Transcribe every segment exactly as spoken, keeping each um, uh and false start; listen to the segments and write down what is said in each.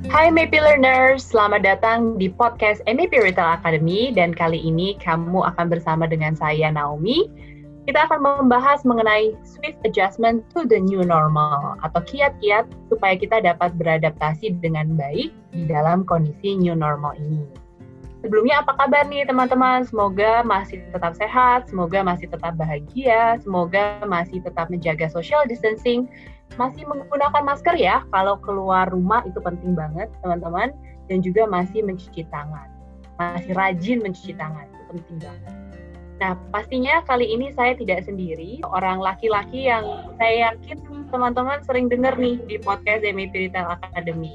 Hai M A P Learners, selamat datang di podcast M A P Retail Academy dan kali ini kamu akan bersama dengan saya Naomi. Kita akan membahas mengenai swift adjustment to the new normal atau kiat-kiat supaya kita dapat beradaptasi dengan baik di dalam kondisi new normal ini. Sebelumnya apa kabar nih teman-teman? Semoga masih tetap sehat, semoga masih tetap bahagia, semoga masih tetap menjaga social distancing, masih menggunakan masker ya, kalau keluar rumah itu penting banget teman-teman, dan juga masih mencuci tangan, masih rajin mencuci tangan, itu penting banget. Nah pastinya kali ini saya tidak sendiri, orang laki-laki yang saya yakin teman-teman sering dengar nih di podcast M A P Retail Academy.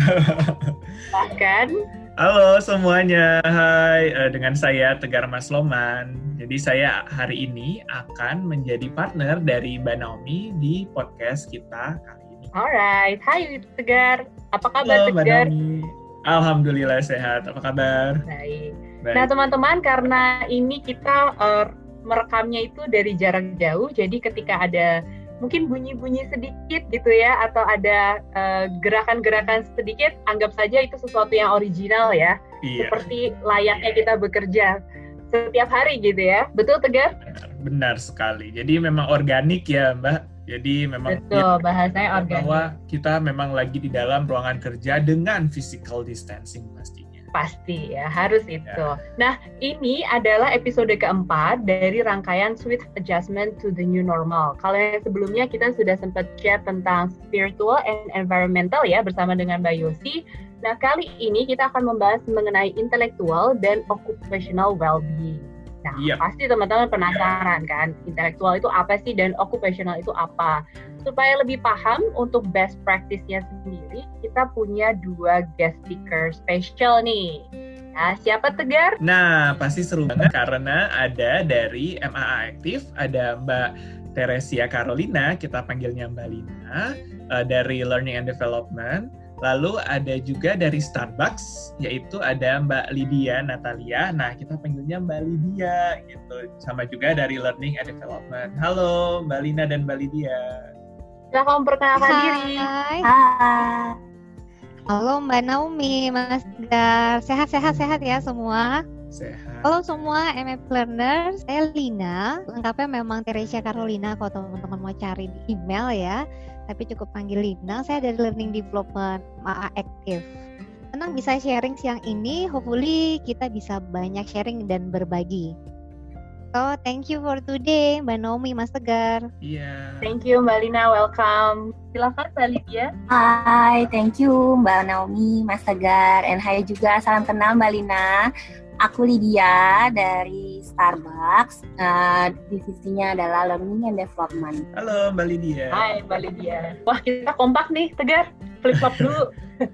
Bahkan halo semuanya, hai, dengan saya Tegar Mas Loman. Jadi saya hari ini akan menjadi partner dari Mbak Naomi di podcast kita kali ini. Alright, hai Tegar, apa kabar Halo, Tegar? Mbak Naomi. Alhamdulillah sehat, apa kabar? Baik. Baik. Nah teman-teman, karena ini kita uh, merekamnya itu dari jarak jauh, jadi ketika ada mungkin bunyi-bunyi sedikit gitu ya, atau ada uh, gerakan-gerakan sedikit, anggap saja itu sesuatu yang original ya. Iya. Seperti layaknya kita bekerja setiap hari gitu ya. Betul Tegar? Benar, benar sekali. Jadi memang organik ya Mbak. Jadi memang betul, bahasanya organik. Bahwa kita memang lagi di dalam ruangan kerja dengan physical distancing pastinya. Pasti ya, harus itu. Ya. Nah, ini adalah episode keempat dari rangkaian Swift Adjustment to the New Normal. Kalau yang sebelumnya kita sudah sempat chat tentang spiritual and environmental ya, bersama dengan Mbak Yosi. Nah, kali ini kita akan membahas mengenai intellectual dan occupational well-being. Nah, yep. Pasti teman-teman penasaran kan, intelektual itu apa sih dan occupational itu apa? Supaya lebih paham untuk best practice-nya sendiri, kita punya dua guest speaker spesial nih. Nah, siapa Tegar? Nah, pasti seru banget karena ada dari M A A Aktif, ada Mbak Teresia Carolina, kita panggilnya Mbak Lina, uh, dari Learning and Development. Lalu ada juga dari Starbucks, yaitu ada Mbak Lydia Natalia. Nah, kita panggilnya Mbak Lydia, gitu. Sama juga dari Learning and Development. Halo, Mbak Lina dan Mbak Lydia. Silahkan memperkenalkan diri. Hai. Hai. Halo Mbak Naomi, Mas Tegar. Sehat-sehat-sehat ya semua? Sehat. Halo semua M A P Learners, saya Lina. Lengkapnya memang Teresia Carolina kalau teman-teman mau cari di email ya. Tapi cukup panggil Lina, saya dari Learning Development M A A Aktif. Senang bisa sharing siang ini, hopefully kita bisa banyak sharing dan berbagi. So, thank you for today, Mbak Naomi, Mas Tegar. Iya. Yeah. Thank you Mbak Lina, welcome. Silakan Mbak Lydia. Hai, thank you Mbak Naomi, Mas Tegar, and hai juga, salam kenal Mbak Lina. Aku Lydia dari Starbucks, uh, divisinya adalah Learning and Development. Halo Mbak Lydia. Hai Mbak Lydia. Wah kita kompak nih Tegar, flip-flop dulu.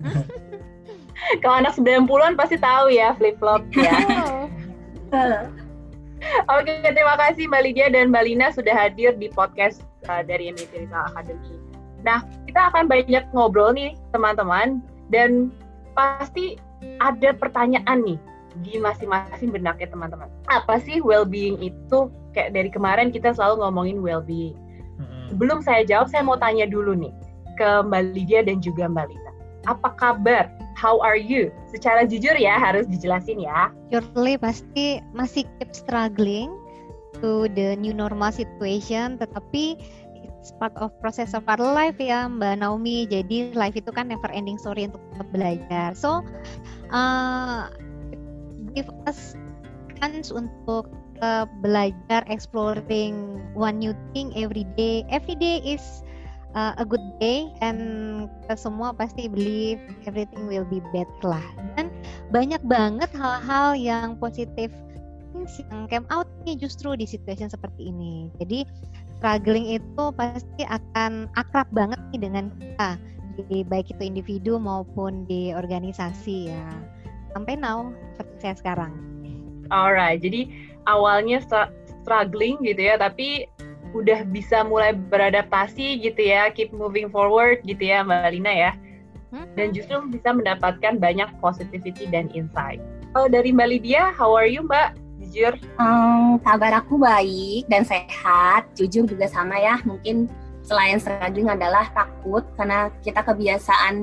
Kalau anak sembilan puluhan pasti tahu ya flip-flop ya. Halo. Oke, terima kasih Mbak Lydia dan Mbak Lina sudah hadir di podcast uh, dari M A P Retail Academy. Nah, kita akan banyak ngobrol nih teman-teman, dan pasti ada pertanyaan nih di masing-masing benaknya teman-teman. Apa sih well-being itu? Kayak dari kemarin kita selalu ngomongin well-being. Mm-hmm. Sebelum saya jawab, saya mau tanya dulu nih ke Mbak Lydia dan juga Mbak Lina. Apa kabar? How are you? Secara jujur ya, harus dijelasin ya. Surely pasti masih keep struggling to the new normal situation, tetapi it's part of process of our life ya Mbak Naomi. Jadi life itu kan never ending story untuk belajar. So, uh, give us chance untuk uh, belajar, exploring one new thing every day. Every day is uh, a good day, and kita semua pasti believe everything will be better lah. Dan banyak banget hal-hal yang positif yang came out nih justru di situation seperti ini. Jadi struggling itu pasti akan akrab banget nih dengan kita, di, baik itu individu maupun di organisasi ya. Sampai now seperti saya sekarang. Alright, jadi awalnya struggling gitu ya, tapi udah bisa mulai beradaptasi gitu ya, keep moving forward gitu ya Mbak Lina ya. Dan justru bisa mendapatkan banyak positivity dan insight. Kalau dari Mbak Lydia, how are you Mbak? Jujur. Um, kabar aku baik dan sehat, jujur juga sama ya. Mungkin selain struggling adalah takut karena kita kebiasaan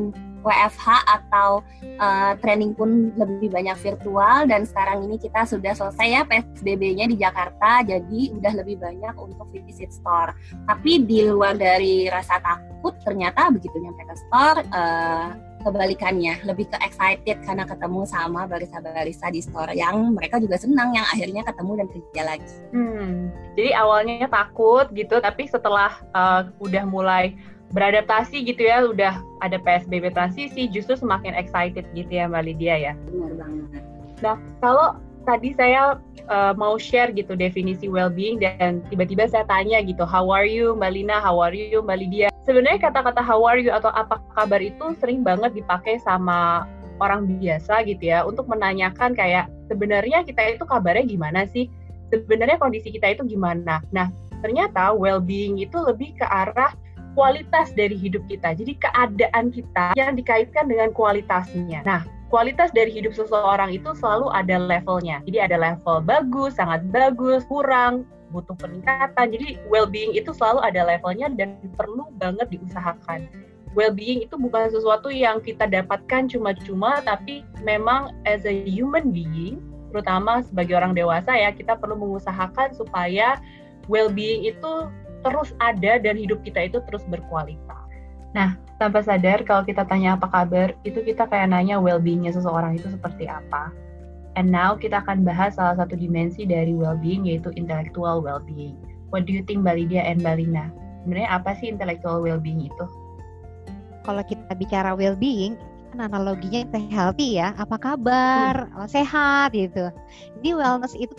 W F H atau uh, training pun lebih banyak virtual, dan sekarang ini kita sudah selesai ya P S B B-nya di Jakarta, jadi udah lebih banyak untuk visit store. Tapi di luar dari rasa takut, ternyata begitu nyampe ke store, uh, kebalikannya, lebih ke excited karena ketemu sama barista-barista di store yang mereka juga senang, yang akhirnya ketemu dan kerja lagi. Hmm, jadi awalnya takut gitu, tapi setelah uh, udah mulai beradaptasi gitu ya, udah ada P S B B transisi, justru semakin excited gitu ya Mbak Lydia ya. Benar banget. Nah, kalau tadi saya uh, mau share gitu definisi well-being, dan tiba-tiba saya tanya gitu, how are you Mbak Lina, how are you Mbak Lydia? Sebenarnya kata-kata how are you atau apa kabar itu sering banget dipakai sama orang biasa gitu ya, untuk menanyakan kayak sebenarnya kita itu kabarnya gimana sih? Sebenarnya kondisi kita itu gimana? Nah, ternyata well-being itu lebih ke arah kualitas dari hidup kita. Jadi keadaan kita yang dikaitkan dengan kualitasnya. Nah, kualitas dari hidup seseorang itu selalu ada levelnya. Jadi ada level bagus, sangat bagus, kurang, butuh peningkatan. Jadi well-being itu selalu ada levelnya dan perlu banget diusahakan. Well-being itu bukan sesuatu yang kita dapatkan cuma-cuma, tapi memang as a human being, terutama sebagai orang dewasa ya, kita perlu mengusahakan supaya well-being itu terus ada dan hidup kita itu terus berkualitas. Nah, tanpa sadar kalau kita tanya apa kabar, itu kita kayak nanya well-beingnya seseorang itu seperti apa. And now kita akan bahas salah satu dimensi dari well-being, yaitu intellectual well-being. What do you think Mbak Lydia and Mbak Lina? Sebenarnya apa sih intellectual well-being itu? Kalau kita bicara well-being, kan analoginya ke healthy ya, apa kabar, hmm. sehat gitu. Jadi wellness itu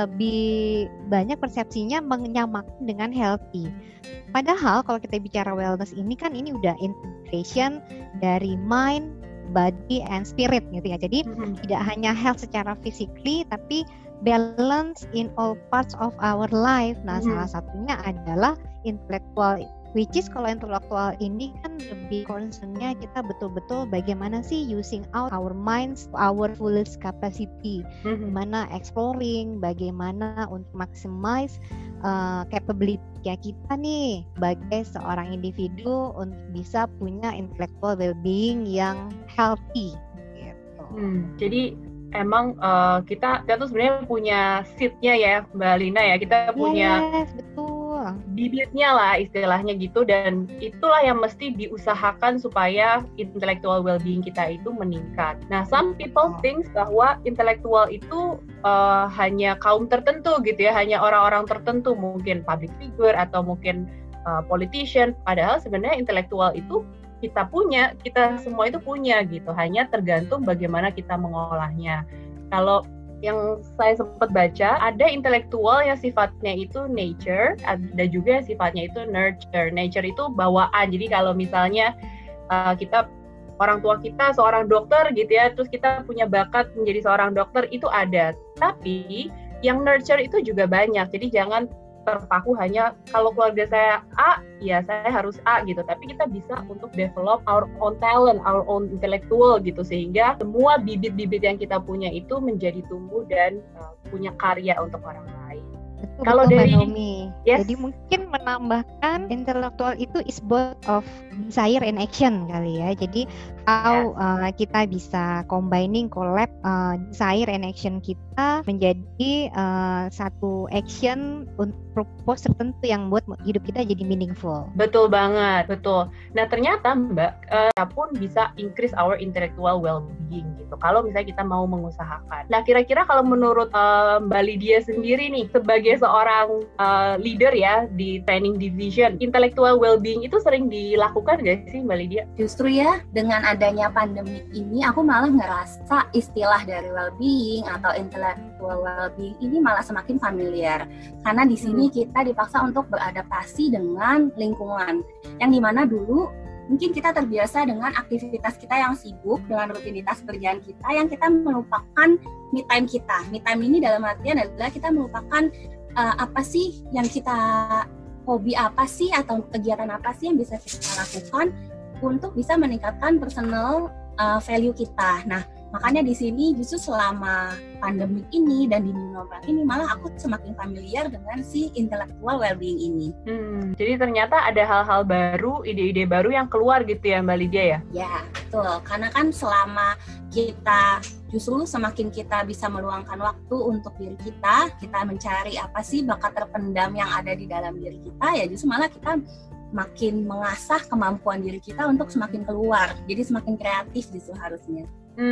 lebih banyak persepsinya menyamakan dengan healthy. Padahal kalau kita bicara wellness ini kan ini udah integration dari mind, body and spirit gitu ya. Jadi mm-hmm. tidak hanya health secara physically, tapi balance in all parts of our life. Nah, mm-hmm. salah satunya adalah intellectual, which is kalau intellectual ini kan lebih concernnya kita betul-betul bagaimana sih using out our minds to our fullest capacity, mm-hmm. gimana exploring, bagaimana untuk maximize uh, capability kita nih sebagai seorang individu untuk bisa punya intellectual well-being yang healthy gitu. Hmm, jadi emang uh, kita kita tuh sebenarnya punya seed-nya ya Mbak Lina ya, kita punya yes, betul. bibitnya lah istilahnya gitu, dan itulah yang mesti diusahakan supaya intellectual well-being kita itu meningkat. Nah, some people think bahwa intelektual itu uh, hanya kaum tertentu gitu ya, hanya orang-orang tertentu, mungkin public figure atau mungkin uh, politician, padahal sebenarnya intelektual itu kita punya, kita semua itu punya gitu, hanya tergantung bagaimana kita mengolahnya. Kalau yang saya sempat baca, ada intelektual yang sifatnya itu nature, ada juga yang sifatnya itu nurture. Nature itu bawaan, jadi kalau misalnya uh, kita, orang tua kita seorang dokter gitu ya, terus kita punya bakat menjadi seorang dokter, itu ada. Tapi yang nurture itu juga banyak, jadi jangan terpaku hanya kalau keluarga saya A, ya saya harus A gitu, tapi kita bisa untuk develop our own talent, our own intellectual gitu, sehingga semua bibit-bibit yang kita punya itu menjadi tumbuh dan uh, punya karya untuk orang lain. Betul, kalau betul, dari Naomi. Yes. Jadi mungkin menambahkan intelektual itu is both of desire and action kali ya. Jadi how yes. uh, kita bisa combining collab uh, desire and action kita menjadi uh, satu action untuk purpose tertentu yang buat hidup kita jadi meaningful. Betul banget, betul. Nah, ternyata Mbak uh, pun bisa increase our intellectual well-being gitu, kalau misalnya kita mau mengusahakan. Nah, kira-kira kalau menurut uh, Mbak Lydia sendiri nih, sebagai seorang uh, leader ya di training division, intellectual well-being itu sering dilakukan nggak sih Mbak Lydia? Justru ya, dengan adanya pandemi ini, aku malah ngerasa istilah dari well-being atau intellectual well-being ini malah semakin familiar. Karena di sini hmm. kita dipaksa untuk beradaptasi dengan lingkungan. Yang dimana dulu mungkin kita terbiasa dengan aktivitas kita yang sibuk, dengan rutinitas kerjaan kita, yang kita melupakan me time kita. Me time ini dalam artian adalah kita melupakan uh, apa sih yang kita, hobi apa sih atau kegiatan apa sih yang bisa kita lakukan untuk bisa meningkatkan personal uh, value kita. Nah, Makanya di sini justru selama pandemik ini dan di new normal ini malah aku semakin familiar dengan si intellectual well-being ini. Hmm, jadi ternyata ada hal-hal baru, ide-ide baru yang keluar gitu ya Mbak Lydia ya? Ya, betul. Karena kan selama kita justru semakin kita bisa meluangkan waktu untuk diri kita, kita mencari apa sih bakat terpendam yang ada di dalam diri kita, ya justru malah kita makin mengasah kemampuan diri kita untuk semakin keluar. Jadi semakin kreatif justru harusnya.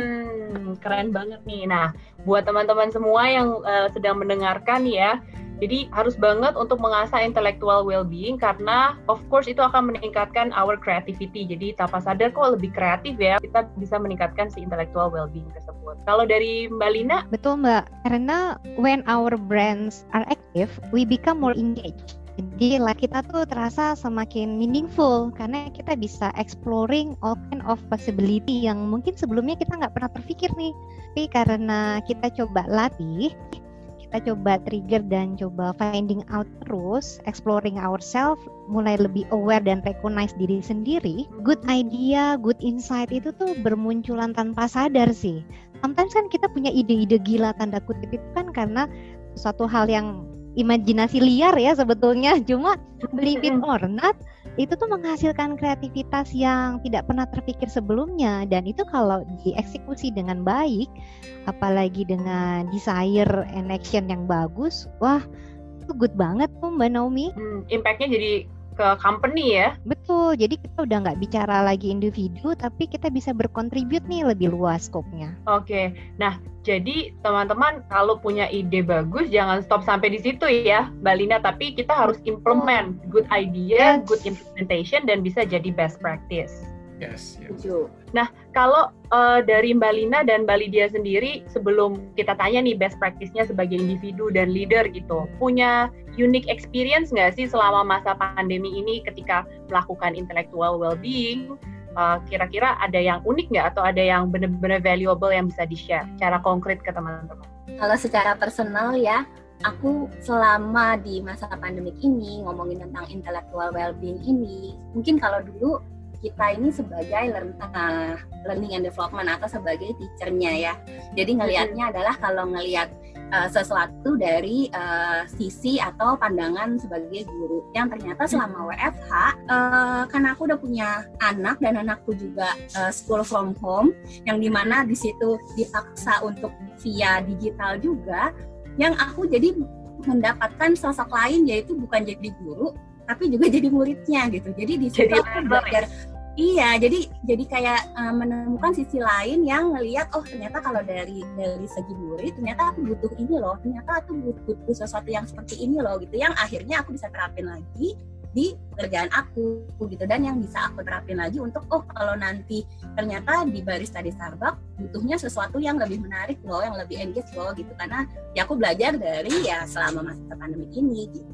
Hmm, keren banget nih. Nah, buat teman-teman semua yang uh, sedang mendengarkan ya, jadi harus banget untuk mengasah intellectual well-being karena of course itu akan meningkatkan our creativity. Jadi tanpa sadar kok lebih kreatif ya, kita bisa meningkatkan si intellectual well-being tersebut. Kalau dari Mbak Lina? Betul Mbak, karena when our brains are active, we become more engaged. Jadi life kita tuh terasa semakin meaningful karena kita bisa exploring all kind of possibility yang mungkin sebelumnya kita nggak pernah terpikir nih. Tapi karena kita coba latih, kita coba trigger dan coba finding out terus, exploring ourselves, mulai lebih aware dan recognize diri sendiri, good idea, good insight itu tuh bermunculan tanpa sadar sih. Sometimes kan kita punya ide-ide gila tanda kutip itu kan karena suatu hal yang imajinasi liar ya sebetulnya, cuma believe it or not itu tuh menghasilkan kreativitas yang tidak pernah terpikir sebelumnya, dan itu kalau dieksekusi dengan baik apalagi dengan desire and action yang bagus, wah itu good banget tuh Mbak Naomi. Hmm, impact-nya jadi ke company ya? Betul, jadi kita udah nggak bicara lagi individu tapi kita bisa berkontribut nih lebih luas skopnya. Oke, nah jadi teman-teman kalau punya ide bagus jangan stop sampai di situ ya Mbak Lina, tapi kita harus implement good idea, yes. good implementation dan bisa jadi best practice. Yes, yes. Nah, kalau uh, dari Mbak Lina dan Mbak Lydia sendiri, sebelum kita tanya nih best practice-nya sebagai individu dan leader gitu, punya unique experience nggak sih selama masa pandemi ini ketika melakukan intellectual well-being? Uh, kira-kira ada yang unik nggak atau ada yang benar-benar valuable yang bisa di-share secara konkret ke teman-teman? Kalau secara personal ya, aku selama di masa pandemik ini ngomongin tentang intellectual well-being ini, mungkin kalau dulu kita ini sebagai learn, uh, learning and development atau sebagai teacher-nya ya. Jadi ngelihatnya adalah kalau ngelihat uh, sesuatu dari uh, sisi atau pandangan sebagai guru. Yang ternyata selama W F H, uh, karena aku udah punya anak dan anakku juga uh, school from home, yang dimana di situ dipaksa untuk via digital juga, yang aku jadi mendapatkan sosok lain yaitu bukan jadi guru, tapi juga jadi muridnya gitu. Jadi di situ aku belajar. Iya, jadi jadi kayak uh, menemukan sisi lain yang ngelihat oh ternyata kalau dari dari segi murid ternyata aku butuh ini loh, ternyata aku butuh, butuh sesuatu yang seperti ini loh gitu, yang akhirnya aku bisa terapin lagi di pekerjaan aku gitu, dan yang bisa aku terapin lagi untuk oh kalau nanti ternyata di barista di Starbucks butuhnya sesuatu yang lebih menarik loh, yang lebih engage loh gitu, karena ya aku belajar dari ya selama masa pandemi ini gitu.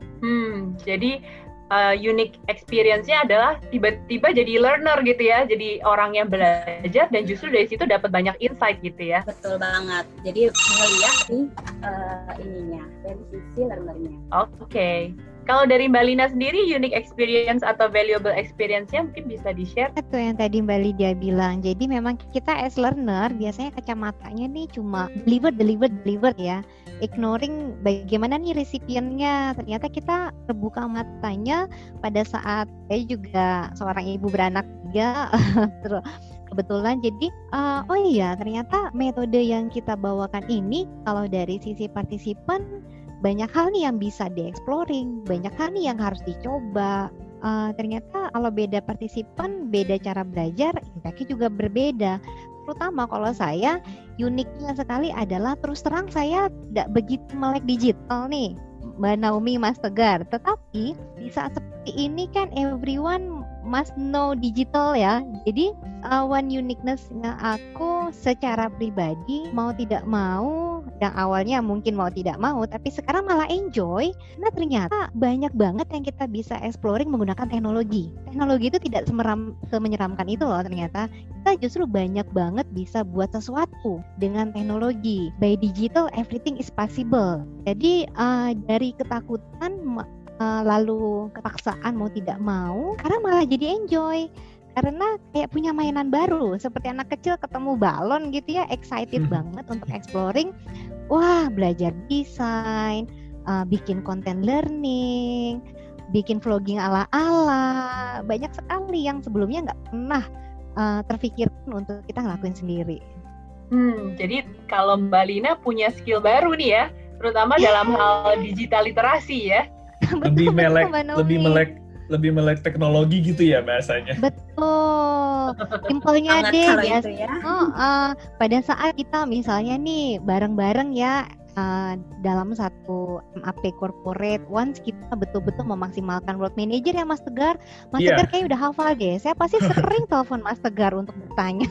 Hmm, jadi uh, unique experience-nya adalah tiba-tiba jadi learner gitu ya, jadi orang yang belajar dan justru dari situ dapat banyak insight gitu ya. Betul banget. Jadi ngeliat nih uh, ininya dari sisi learner-nya. Oke. Okay. Kalau dari Mbak Lina sendiri, unique experience atau valuable experience-nya mungkin bisa di-share? Itu yang tadi Mbak Lydia bilang. Jadi memang kita as learner biasanya kacamatanya nih cuma deliver, deliver, deliver ya. Ignoring bagaimana nih resipiennya. Ternyata kita terbuka matanya pada saat saya juga seorang ibu beranak tiga. Terus kebetulan jadi uh, oh iya ternyata metode yang kita bawakan ini kalau dari sisi partisipan banyak hal nih yang bisa di-exploring, banyak hal nih yang harus dicoba. Uh, ternyata kalau beda partisipan, beda cara belajar, impactnya juga berbeda. Terutama kalau saya, uniknya sekali adalah terus terang saya tidak begitu melek digital nih, Mbak Naomi, Mas Tegar. Tetapi di saat seperti ini kan everyone must know digital ya. Jadi uh, one uniqueness-nya aku secara pribadi mau tidak mau, yang awalnya mungkin mau tidak mau, tapi sekarang malah enjoy. Nah ternyata banyak banget yang kita bisa exploring menggunakan teknologi. Teknologi itu tidak semeram, semenyeramkan itu loh ternyata. Kita justru banyak banget bisa buat sesuatu dengan teknologi. By digital everything is possible. Jadi uh, dari ketakutan uh, lalu kepaksaan mau tidak mau, sekarang malah jadi enjoy. karena kayak punya mainan baru, seperti anak kecil ketemu balon gitu ya, excited Hmm. banget untuk exploring. Wah, belajar desain, uh, bikin content learning, bikin vlogging ala-ala, banyak sekali yang sebelumnya nggak pernah uh, terpikirkan untuk kita ngelakuin sendiri. Hmm, jadi kalau Mbak Lina punya skill baru nih ya, terutama Yeah. dalam hal digital literasi ya. lebih Betul, melek, Mbak Naomi. lebih melek, lebih melek teknologi gitu ya bahasanya. Betul, simpelnya Banget deh kalau biasa. itu ya. Oh, uh, pada saat kita misalnya nih bareng-bareng ya uh, dalam satu M A P corporate, once kita betul-betul memaksimalkan work manager ya Mas Tegar, Mas Iya. Tegar kayak udah hafal deh. Saya pasti sering telepon Mas Tegar untuk bertanya.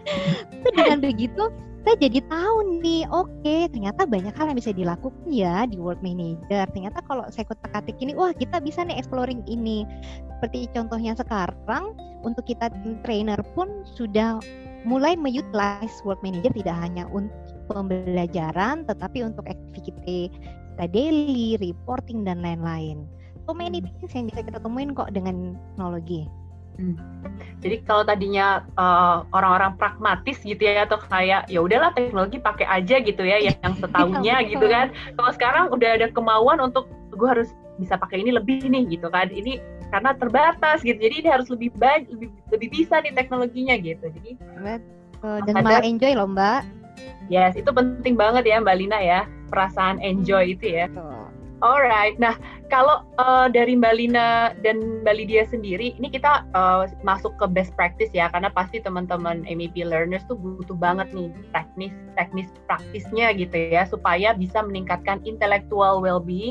Tapi dengan begitu kita jadi tahu nih, oke ternyata banyak hal yang bisa dilakukan ya di work manager. Ternyata kalau saya kutak-atik ini, wah kita bisa nih exploring ini. Seperti contohnya sekarang, untuk kita tim trainer pun sudah mulai mengutilize work manager tidak hanya untuk pembelajaran, tetapi untuk activity kita daily, reporting dan lain-lain. So many things yang bisa kita temuin kok dengan teknologi. Hmm. Jadi kalau tadinya uh, orang-orang pragmatis gitu ya, atau kayak ya udahlah teknologi pakai aja gitu ya, yang setahunnya Betul. gitu kan. Kalau sekarang udah ada kemauan untuk gue harus bisa pakai ini lebih nih gitu kan. Ini karena terbatas gitu. Jadi ini harus lebih baik, lebih lebih bisa nih teknologinya gitu. Jadi Betul. Dan Ada- malah enjoy loh Mbak. yes, itu penting banget ya Mbak Lina ya, perasaan enjoy itu ya. Betul. Alright, nah kalau uh, dari Mbak Lina dan Mbak Lydia sendiri, ini kita uh, masuk ke best practice ya, karena pasti teman-teman M A P learners tuh butuh banget nih teknis teknis praktisnya gitu ya, supaya bisa meningkatkan intellectual well-being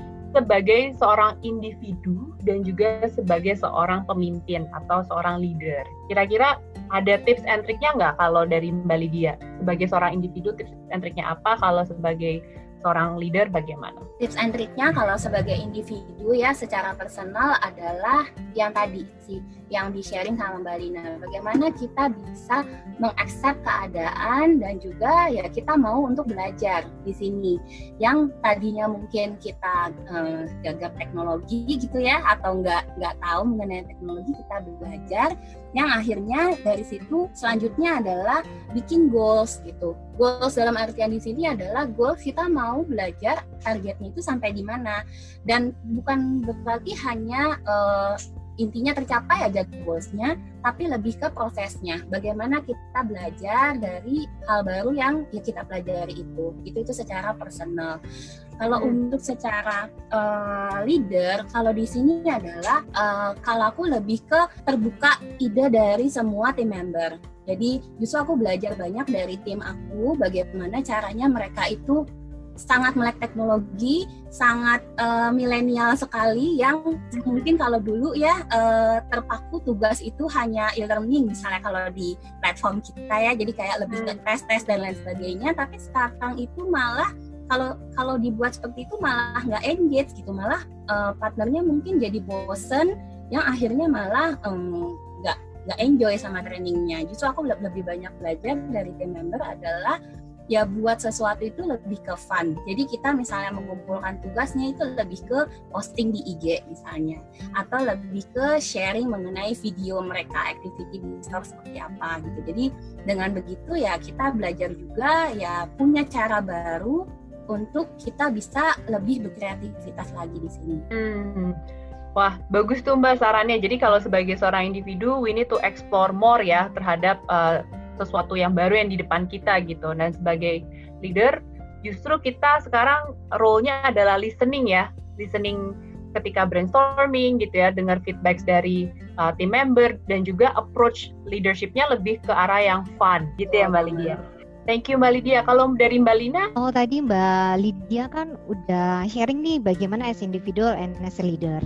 sebagai seorang individu dan juga sebagai seorang pemimpin atau seorang leader. Kira-kira ada tips and triknya nggak kalau dari Mbak Lydia? Sebagai seorang individu, tips and triknya apa? Kalau sebagai seorang leader bagaimana? Tips and triknya kalau sebagai individu ya secara personal adalah yang tadi sih yang di-sharing sama Mbak Lina. Bagaimana kita bisa mengaccept keadaan dan juga ya kita mau untuk belajar di sini. Yang tadinya mungkin kita eh, gagap teknologi gitu ya atau nggak nggak tahu mengenai teknologi, kita belajar. Yang akhirnya dari situ selanjutnya adalah bikin goals gitu. Goals dalam artian di sini adalah goals kita mau belajar targetnya itu sampai di mana, dan bukan berarti hanya uh, intinya tercapai aja goalsnya, tapi lebih ke prosesnya. Bagaimana kita belajar dari hal baru yang ya kita pelajari itu. Itu itu secara personal. Kalau hmm. untuk secara uh, leader, kalau di sini adalah uh, kalau aku lebih ke terbuka ide dari semua tim member. Jadi justru aku belajar banyak dari tim aku, bagaimana caranya mereka itu sangat melek teknologi, sangat uh, milenial sekali, yang mungkin kalau dulu ya uh, terpaku tugas itu hanya e-learning misalnya kalau di platform kita ya, jadi kayak lebih ke tes-tes dan lain sebagainya. Tapi sekarang itu malah kalau kalau dibuat seperti itu malah nggak engage gitu, malah uh, partnernya mungkin jadi bosen, yang akhirnya malah um, nggak nggak enjoy sama trainingnya. Justru aku lebih banyak belajar dari tim member adalah ya buat sesuatu itu lebih ke fun. Jadi kita misalnya mengumpulkan tugasnya itu lebih ke posting di I G misalnya, atau lebih ke sharing mengenai video mereka, activity di store seperti apa gitu. Jadi dengan begitu ya kita belajar juga ya punya cara baru untuk kita bisa lebih berkreativitas lagi di sini. Hmm. Wah, bagus tuh Mbak sarannya. Jadi kalau sebagai seorang individu, we need to explore more ya terhadap uh, sesuatu yang baru yang di depan kita gitu. Dan sebagai leader, justru kita sekarang role-nya adalah listening ya, listening ketika brainstorming gitu ya, dengar feedback dari uh, team member, dan juga approach leadership-nya lebih ke arah yang fun gitu ya Mbak Lydia. Thank you Mbak Lydia. Kalau dari Mbak Lina? Oh tadi Mbak Lydia kan udah sharing nih bagaimana as individual and as a leader.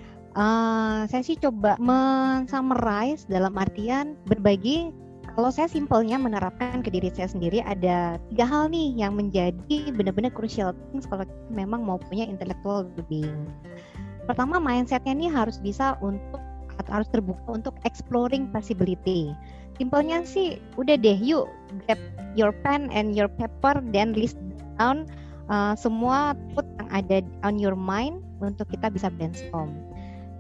Uh, saya sih coba men-summarize dalam artian berbagi. Kalau saya simpelnya menerapkan ke diri saya sendiri, ada tiga hal nih yang menjadi benar-benar crucial things kalau kita memang mau punya intellectual well-being. Pertama, mindsetnya nih harus bisa untuk atau harus terbuka untuk exploring possibility. Simpelnya sih, udah deh, yuk grab your pen and your paper, then list down uh, semua put yang ada on your mind untuk kita bisa brainstorm.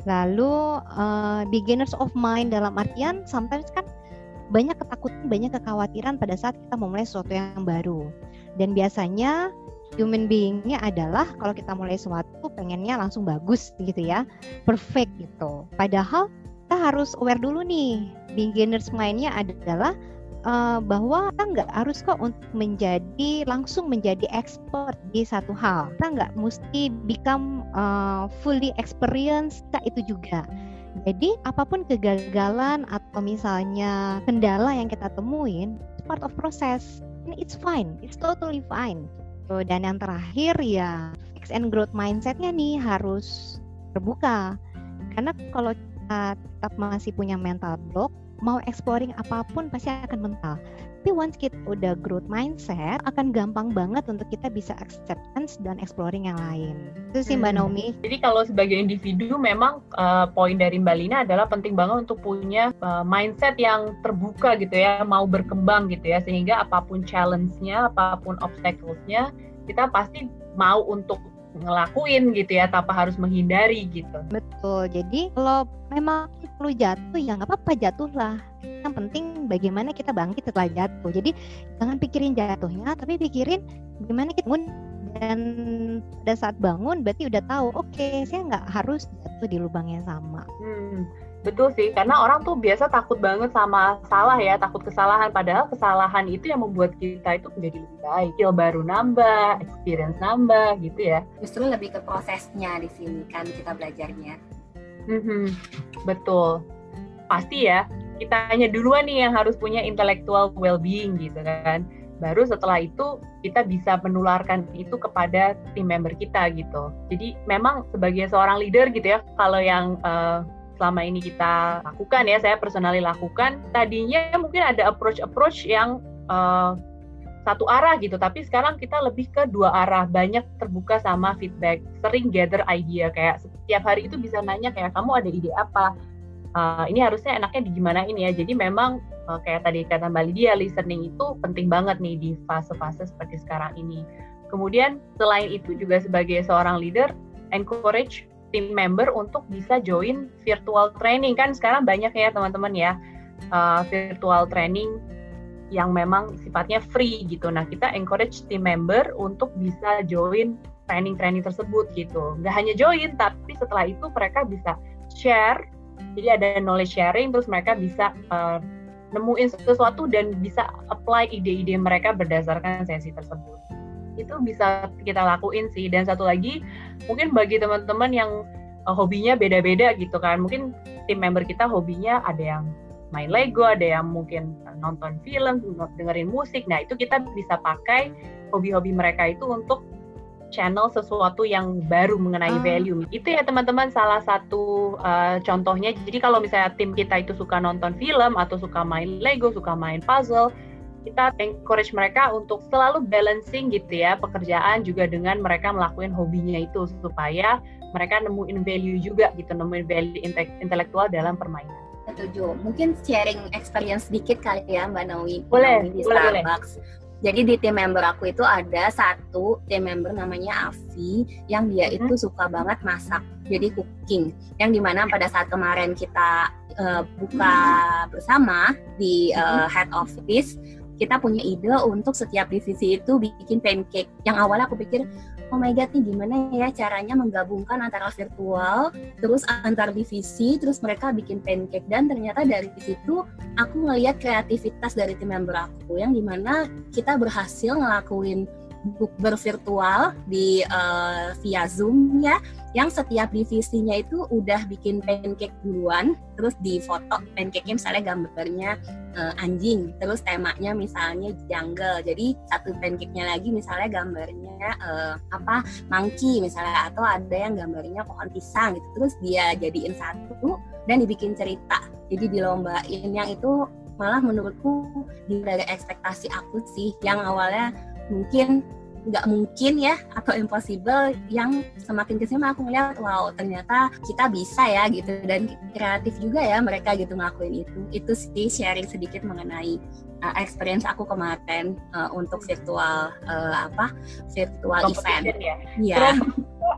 Lalu uh, beginners of mind dalam artian sometimes kan banyak ketakutan, banyak kekhawatiran pada saat kita memulai sesuatu yang baru. Dan biasanya human being-nya adalah kalau kita mulai sesuatu pengennya langsung bagus gitu ya, perfect gitu. Padahal kita harus aware dulu nih, beginners mind-nya adalah uh, bahwa kita nggak harus kok untuk menjadi langsung menjadi expert di satu hal. Kita nggak mesti become uh, fully experienced itu juga. Jadi apapun kegagalan atau misalnya kendala yang kita temuin, it's part of process. And it's fine, it's totally fine. So, dan yang terakhir ya fix and growth mindset-nya nih harus terbuka. Karena kalau kita tetap masih punya mental block, mau exploring apapun pasti akan mental. Tapi once kita udah growth mindset, akan gampang banget untuk kita bisa acceptance dan exploring yang lain. Itu sih Mbak Naomi. Jadi kalau sebagai individu memang uh, poin dari Mbak Lina adalah penting banget untuk punya uh, mindset yang terbuka gitu ya, mau berkembang gitu ya, sehingga apapun challenge-nya, apapun obstacles-nya, kita pasti mau untuk ngelakuin gitu ya, tanpa harus menghindari gitu. Betul. Jadi kalau memang perlu jatuh ya nggak apa-apa, jatuhlah. Yang penting bagaimana kita bangkit setelah jatuh. Jadi jangan pikirin jatuhnya, tapi pikirin bagaimana kita bangun. Dan pada saat bangun berarti udah tahu, oke okay, saya nggak harus jatuh di lubang yang sama. Hmm, betul sih, karena orang tuh biasa takut banget sama salah ya, takut kesalahan. Padahal kesalahan itu yang membuat kita itu menjadi lebih baik. Skill baru nambah, experience nambah gitu ya. Justru lebih ke prosesnya di sini kan kita belajarnya. Hmm, betul. Pasti ya, kitanya duluan nih yang harus punya intellectual well-being gitu kan. Baru setelah itu kita bisa menularkan itu kepada tim member kita gitu. Jadi memang sebagai seorang leader gitu ya, kalau yang uh, selama ini kita lakukan ya, saya personally lakukan, tadinya mungkin ada approach-approach yang uh, satu arah gitu, tapi sekarang kita lebih ke dua arah, banyak terbuka sama feedback, sering gather idea, kayak setiap hari itu bisa nanya kayak kamu ada ide apa, uh, ini harusnya enaknya di gimana ini ya. Jadi memang uh, kayak tadi kata Mbak Lydia, listening itu penting banget nih di fase-fase seperti sekarang ini. Kemudian selain itu juga sebagai seorang leader, encourage tim member untuk bisa join virtual training. Kan sekarang banyak ya teman-teman ya, uh, virtual training yang memang sifatnya free gitu. Nah, kita encourage tim member untuk bisa join training-training tersebut gitu. Nggak hanya join, tapi setelah itu mereka bisa share. Jadi ada knowledge sharing, terus mereka bisa uh, nemuin sesuatu dan bisa apply ide-ide mereka berdasarkan sesi tersebut. Itu bisa kita lakuin sih. Dan satu lagi, mungkin bagi teman-teman yang uh, hobinya beda-beda gitu kan. Mungkin tim member kita hobinya ada yang main Lego, ada yang mungkin nonton film, dengerin musik. Nah, itu kita bisa pakai hobi-hobi mereka itu untuk channel sesuatu yang baru mengenai oh. value. Itu ya teman-teman salah satu uh, contohnya. Jadi kalau misalnya tim kita itu suka nonton film atau suka main Lego, suka main puzzle, kita encourage mereka untuk selalu balancing gitu ya, pekerjaan juga dengan mereka melakukan hobinya itu, supaya mereka nemuin value juga gitu, nemuin value intelektual dalam permainan. Setuju. Mungkin sharing experience sedikit kali ya Mbak Naomi. Boleh, Naomi di boleh, Starbucks. Boleh. Jadi di tim member aku itu ada satu tim member namanya Avi yang dia mm-hmm. itu suka banget masak, jadi cooking. Yang dimana pada saat kemarin kita uh, buka bersama di uh, head office, kita punya ide untuk setiap divisi itu bikin pancake. Yang awalnya aku pikir, oh my god nih gimana ya caranya menggabungkan antara virtual, terus antar divisi, terus mereka bikin pancake. Dan ternyata dari situ aku ngelihat kreativitas dari tim member aku, yang dimana kita berhasil ngelakuin bukber virtual di uh, via Zoom ya, yang setiap divisinya itu udah bikin pancake duluan, terus di foto pancake-nya misalnya gambarnya uh, anjing, terus temanya misalnya jungle, jadi satu pancake-nya lagi misalnya gambarnya uh, apa monkey misalnya, atau ada yang gambarnya pohon pisang gitu, terus dia jadiin satu dan dibikin cerita, jadi dilombain. Yang itu malah menurutku dari ekspektasi aku sih, yang awalnya mungkin nggak mungkin ya atau impossible, yang semakin kesini aku ngeliat wow ternyata kita bisa ya gitu, dan kreatif juga ya mereka gitu ngelakuin itu. Itu sih sharing sedikit mengenai uh, experience aku kemarin uh, untuk virtual uh, apa virtual event. Ya. Iya.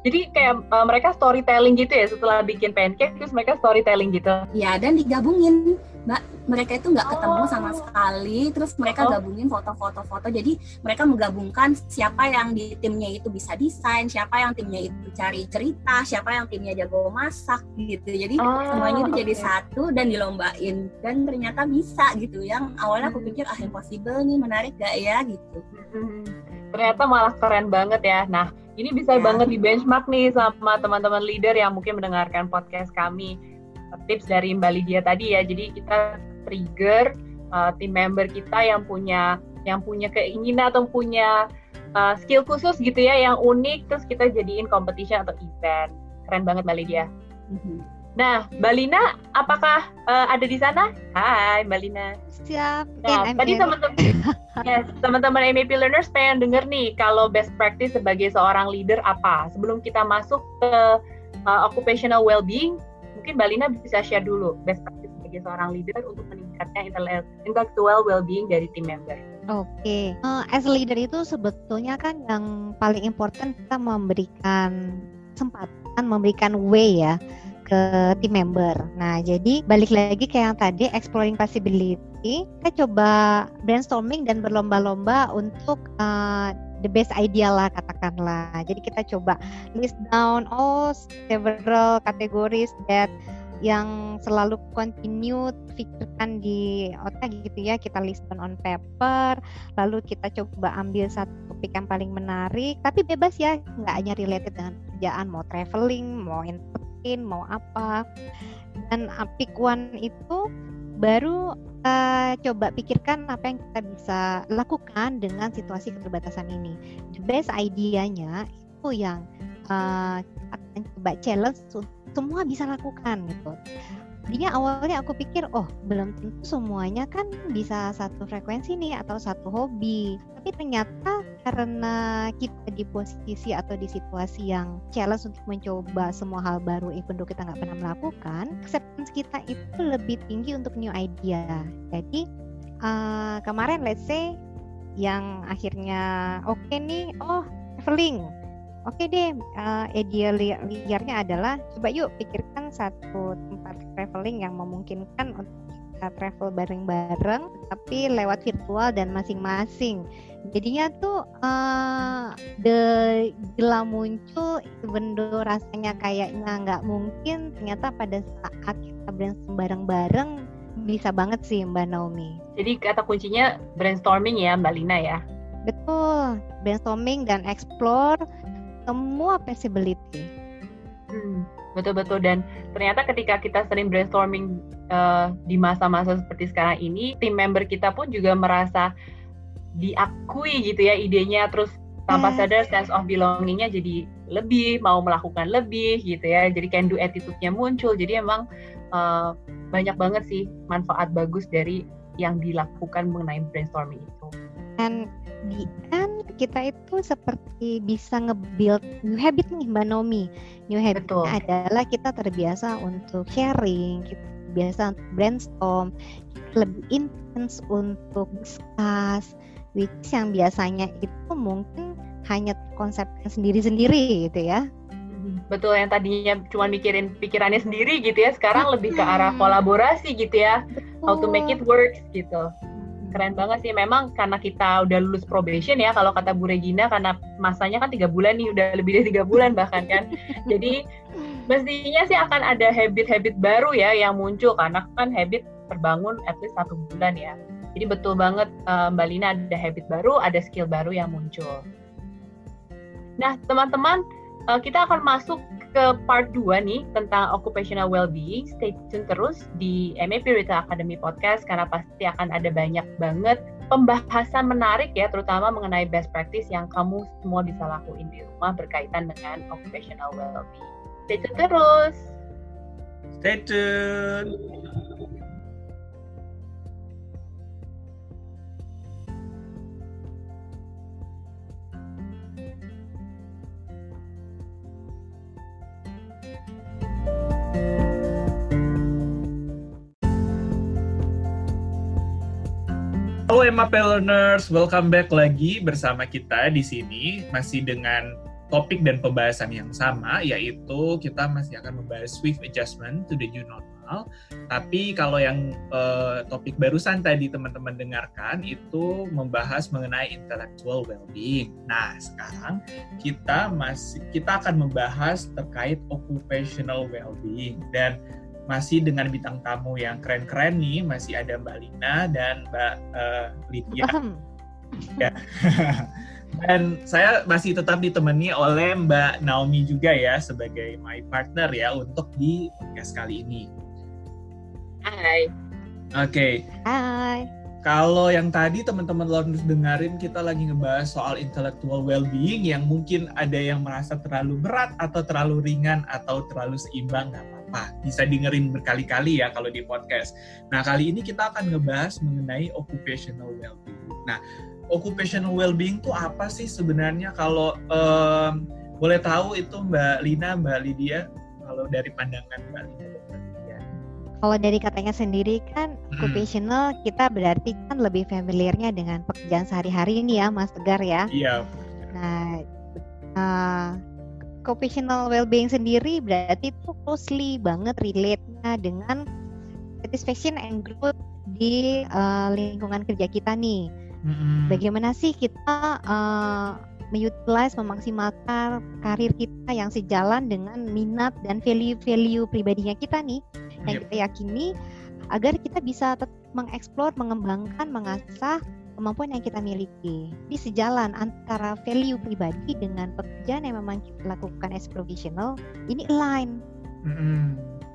Jadi kayak uh, mereka storytelling gitu ya, setelah bikin pancake terus mereka storytelling gitu. Ya, dan digabungin, Mbak. Mereka itu nggak ketemu Oh. sama sekali, terus mereka Oh. gabungin foto-foto-foto. Jadi mereka menggabungkan siapa yang di timnya itu bisa desain, siapa yang timnya itu cari cerita, siapa yang timnya jago masak gitu. Jadi Oh, semuanya itu jadi oke. satu dan dilombain. Dan ternyata bisa gitu. Yang awalnya aku pikir, ah impossible nih, menarik gak ya gitu. Hmm, ternyata malah keren banget ya. Nah, ini bisa Ya. banget di benchmark nih sama teman-teman leader yang mungkin mendengarkan podcast kami. Tips dari Mbak Lydia tadi ya. Jadi kita trigger uh, tim member kita yang punya yang punya keinginan atau punya uh, skill khusus gitu ya, yang unik, terus kita jadiin competition atau event. Keren banget Mbak Lydia. Mhm. Nah, Mbak Lina, apakah uh, ada di sana? Hai Mbak Lina. Siap. Nah, In, I'm tadi in. teman-teman yes, teman-teman M A P Learners pengen denger nih kalau best practice sebagai seorang leader apa? Sebelum kita masuk ke uh, occupational well-being, mungkin Mbak Lina bisa share dulu best practice sebagai seorang leader untuk meningkatkan intellectual well-being dari tim member. Oke, uh, as a leader itu sebetulnya kan yang paling important kita memberikan kesempatan, memberikan way ya ke tim member. Nah, jadi balik lagi ke yang tadi, exploring possibility, kita coba brainstorming dan berlomba-lomba untuk uh, the best idea lah katakanlah. Jadi kita coba list down all several categories that yang selalu continue pikirkan di otak gitu ya, kita list down on paper, lalu kita coba ambil satu topik yang paling menarik, tapi bebas ya, nggak hanya related dengan kerjaan, mau traveling, mau entertain, mau apa, dan uh, pick one itu baru uh, coba pikirkan apa yang kita bisa lakukan dengan situasi keterbatasan ini. The best idea-nya itu yang uh, akan coba challenge semua bisa lakukan gitu. Jadinya awalnya aku pikir, oh belum tentu semuanya kan bisa satu frekuensi nih atau satu hobi. Tapi ternyata karena kita di posisi atau di situasi yang challenge untuk mencoba semua hal baru even though kita nggak pernah melakukan, acceptance kita itu lebih tinggi untuk new idea. Jadi uh, kemarin let's say yang akhirnya oke okay nih, oh traveling. Oke deh, uh, ide li- liarnya adalah coba yuk pikirkan satu tempat traveling yang memungkinkan untuk kita travel bareng-bareng, tapi lewat virtual dan masing-masing. Jadinya tuh uh, the gila muncul, even though rasanya kayaknya nggak mungkin, ternyata pada saat kita brainstorm bareng-bareng bisa banget sih Mbak Naomi. Jadi kata kuncinya brainstorming ya Mbak Lina ya. Betul, brainstorming dan explore semua possibility. Hmm, betul-betul, dan ternyata ketika kita sering brainstorming uh, di masa-masa seperti sekarang ini, tim member kita pun juga merasa diakui gitu ya idenya, terus tanpa Yes. sadar sense of belonging-nya jadi lebih, mau melakukan lebih gitu ya, jadi can do attitude-nya muncul. Jadi emang uh, banyak banget sih manfaat bagus dari yang dilakukan mengenai brainstorming itu. Dan di end kita itu seperti bisa nge-build new habit nih Mbak Nomi. New habit Betul. adalah kita terbiasa untuk sharing, kita terbiasa untuk brainstorm, kita lebih intens untuk discuss, which yang biasanya itu mungkin hanya konsepnya sendiri-sendiri gitu ya. Betul, yang tadinya cuma mikirin pikirannya sendiri gitu ya, sekarang lebih ke arah Hmm. kolaborasi gitu ya, how to make it Betul. work gitu. Keren banget sih, memang karena kita udah lulus probation ya, kalau kata Bu Regina, karena masanya kan tiga bulan nih, udah lebih dari tiga bulan bahkan kan. Jadi mestinya sih akan ada habit-habit baru ya yang muncul, karena kan habit terbangun at least satu bulan ya. Jadi betul banget uh, Mbak Lina, ada habit baru, ada skill baru yang muncul. Nah teman-teman, uh, kita akan masuk ke part dua nih tentang occupational well-being. Stay tune terus di M A P Retail Academy Podcast karena pasti akan ada banyak banget pembahasan menarik ya, terutama mengenai best practice yang kamu semua bisa lakuin di rumah berkaitan dengan occupational well-being. Stay tune terus. Stay tune. Halo M A P Learners, welcome back lagi bersama kita di sini masih dengan topik dan pembahasan yang sama, yaitu kita masih akan membahas swift adjustment to the new normal. Tapi kalau yang uh, topik barusan tadi teman-teman dengarkan itu membahas mengenai intellectual well-being. Nah, sekarang kita masih kita akan membahas terkait occupational well-being, dan masih dengan bintang tamu yang keren-keren nih, masih ada Mbak Lina dan Mbak uh, Lydia. Ya. Dan saya masih tetap ditemani oleh Mbak Naomi juga ya, sebagai my partner ya untuk di podcast kali ini. Hai. Oke. Okay. Hai. Kalau yang tadi teman-teman learners dengerin, kita lagi ngebahas soal intellectual well-being yang mungkin ada yang merasa terlalu berat atau terlalu ringan atau terlalu seimbang, nggak apa-apa. Bisa dengerin berkali-kali ya kalau di podcast. Nah, kali ini kita akan ngebahas mengenai occupational well-being. Nah, occupational well-being itu apa sih sebenarnya? Kalau um, boleh tahu itu Mbak Lina, Mbak Lydia, kalau dari pandangan Mbak Lina dan Mbak Lydia. Kalau dari katanya sendiri kan, hmm. occupational kita berarti kan lebih familiarnya dengan pekerjaan sehari-hari ini ya, Mas Tegar ya. Iya. Nah, uh, occupational well-being sendiri berarti itu closely banget relate-nya dengan satisfaction and growth di uh, lingkungan kerja kita nih. Mm-hmm. Bagaimana sih kita uh, mengutilize, memaksimalkan karir kita yang sejalan dengan minat dan value-value pribadinya kita nih, yang yep. kita yakini agar kita bisa tetap mengeksplor, mengembangkan, mengasah kemampuan yang kita miliki. Di sejalan antara value pribadi dengan pekerjaan yang memang kita lakukan as professional, ini align. Mm-hmm.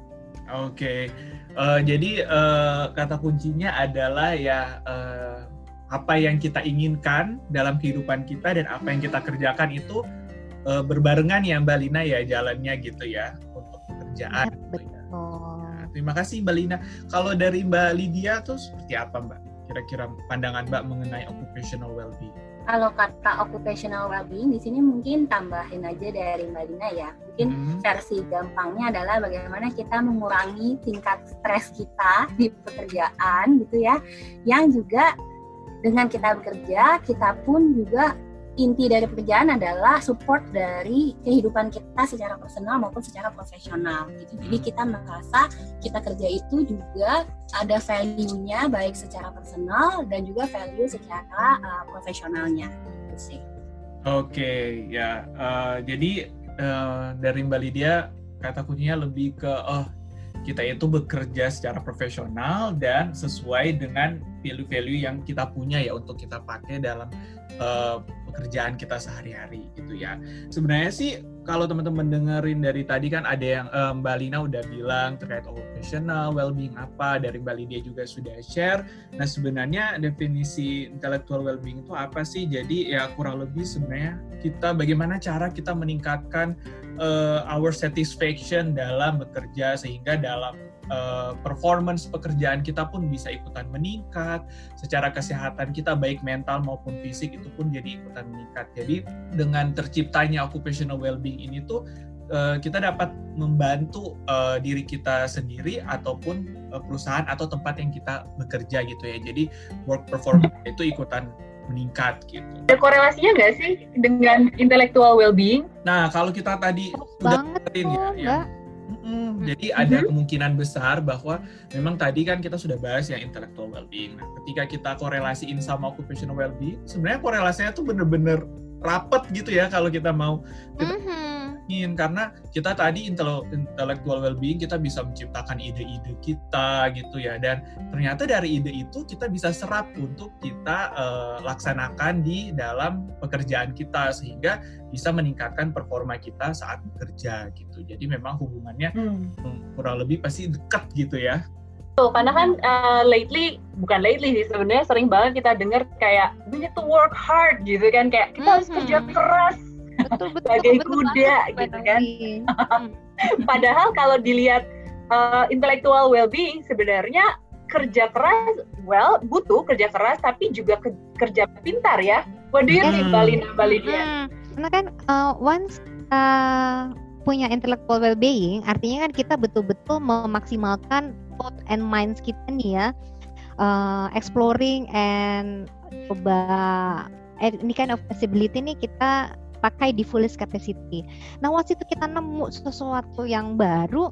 Oke, okay. uh, jadi uh, kata kuncinya adalah ya uh, apa yang kita inginkan dalam kehidupan kita dan apa yang kita kerjakan itu uh, berbarengan ya Mbak Lina ya, jalannya gitu ya untuk pekerjaan. Ya, gitu ya. Nah, terima kasih Mbak Lina. Kalau dari Mbak Lydia tuh seperti apa Mbak? Kira-kira pandangan Mbak mengenai occupational well-being? Kalau kata occupational well-being di sini mungkin tambahin aja dari Mbak Lina ya. Mungkin hmm. versi gampangnya adalah bagaimana kita mengurangi tingkat stres kita di pekerjaan gitu ya, yang juga dengan kita bekerja, kita pun juga inti dari pekerjaan adalah support dari kehidupan kita secara personal maupun secara profesional gitu. Jadi kita merasa kita kerja itu juga ada value-nya baik secara personal dan juga value secara uh, profesionalnya gitu sih. Oke, okay, ya. Uh, jadi uh, dari Mbak Lydia kata kuncinya lebih ke oh kita itu bekerja secara profesional dan sesuai dengan value-value yang kita punya ya untuk kita pakai dalam uh, pekerjaan kita sehari-hari gitu ya. Sebenarnya sih kalau teman-teman dengerin dari tadi kan ada yang uh, Mbak Lina udah bilang terkait occupational well-being apa, dari Mbak Lydia juga sudah share. Nah sebenarnya definisi intellectual well-being itu apa sih? Jadi ya kurang lebih sebenarnya kita bagaimana cara kita meningkatkan uh, our satisfaction dalam bekerja sehingga dalam uh, performance pekerjaan kita pun bisa ikutan meningkat, secara kesehatan kita baik mental maupun fisik itu pun jadi ikutan meningkat. Jadi dengan terciptanya occupational well-being ini tuh uh, kita dapat membantu uh, diri kita sendiri ataupun uh, perusahaan atau tempat yang kita bekerja gitu ya. Jadi work performance itu ikutan meningkat gitu. Ada korelasinya nggak sih dengan intellectual well-being? Nah, kalau kita tadi sudah dengerin ya, ya. Mm-hmm. Jadi mm-hmm. ada kemungkinan besar bahwa memang tadi kan kita sudah bahas yang intellectual well-being. Nah, ketika kita korelasiin sama occupational well-being, sebenarnya korelasinya tuh bener-bener rapet gitu ya kalau kita mau kita mm-hmm. karena kita tadi intellectual well-being kita bisa menciptakan ide-ide kita gitu ya, dan ternyata dari ide itu kita bisa serap untuk kita uh, laksanakan di dalam pekerjaan kita sehingga bisa meningkatkan performa kita saat bekerja gitu. Jadi memang hubungannya hmm. kurang lebih pasti dekat gitu ya. Tuh, karena kan uh, lately, bukan lately sih sebenarnya sering banget kita dengar kayak we need to work hard gitu kan, kayak kita mm-hmm. harus kerja keras betul, betul, sebagai betul, kuda betul, gitu kan. Padahal kalau dilihat uh, intellectual well-being sebenarnya kerja keras, well butuh kerja keras tapi juga ke- kerja pintar ya. What do you think, Mbak Lina, Mbak Lydia? Hmm. Karena kan uh, once uh, punya intellectual well-being, artinya kan kita betul-betul memaksimalkan thought and minds kita nih ya, uh, exploring and coba eh, ini kind of possibility nih kita pakai di fullest capacity. Nah, once itu kita nemu sesuatu yang baru,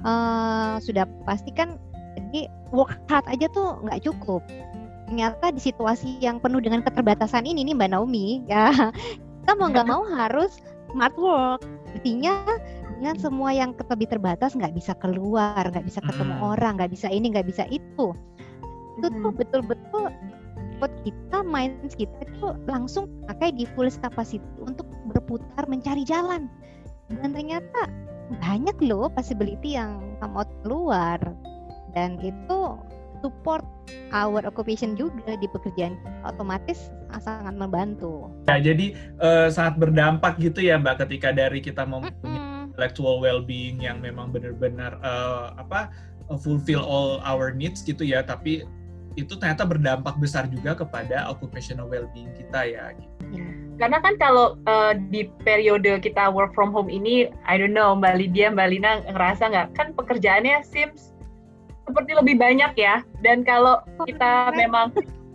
uh, sudah pasti kan jadi work hard aja tuh nggak cukup. Ternyata di situasi yang penuh dengan keterbatasan ini nih Mbak Naomi, ya kita mau nggak mau harus smart work. Artinya dengan semua yang lebih terbatas, nggak bisa keluar, nggak bisa ketemu hmm. orang, nggak bisa ini, nggak bisa itu. Itu hmm. tuh betul-betul buat kita, mind kita itu langsung pakai di full capacity untuk berputar mencari jalan. Dan ternyata banyak loh possibility yang come out keluar. Dan itu support our occupation juga di pekerjaan, otomatis sangat membantu. Nah, jadi uh, sangat berdampak gitu ya Mbak, ketika dari kita mempunyai mm-hmm. intellectual well-being yang memang benar-benar uh, apa fulfill all our needs gitu ya, tapi itu ternyata berdampak besar juga kepada occupational well-being kita ya. Gitu. Ya. Karena kan kalau uh, di periode kita work from home ini, I don't know Mbak Lydia, Mbak Lina ngerasa nggak, kan pekerjaannya seems seperti lebih banyak ya, dan kalau kita memang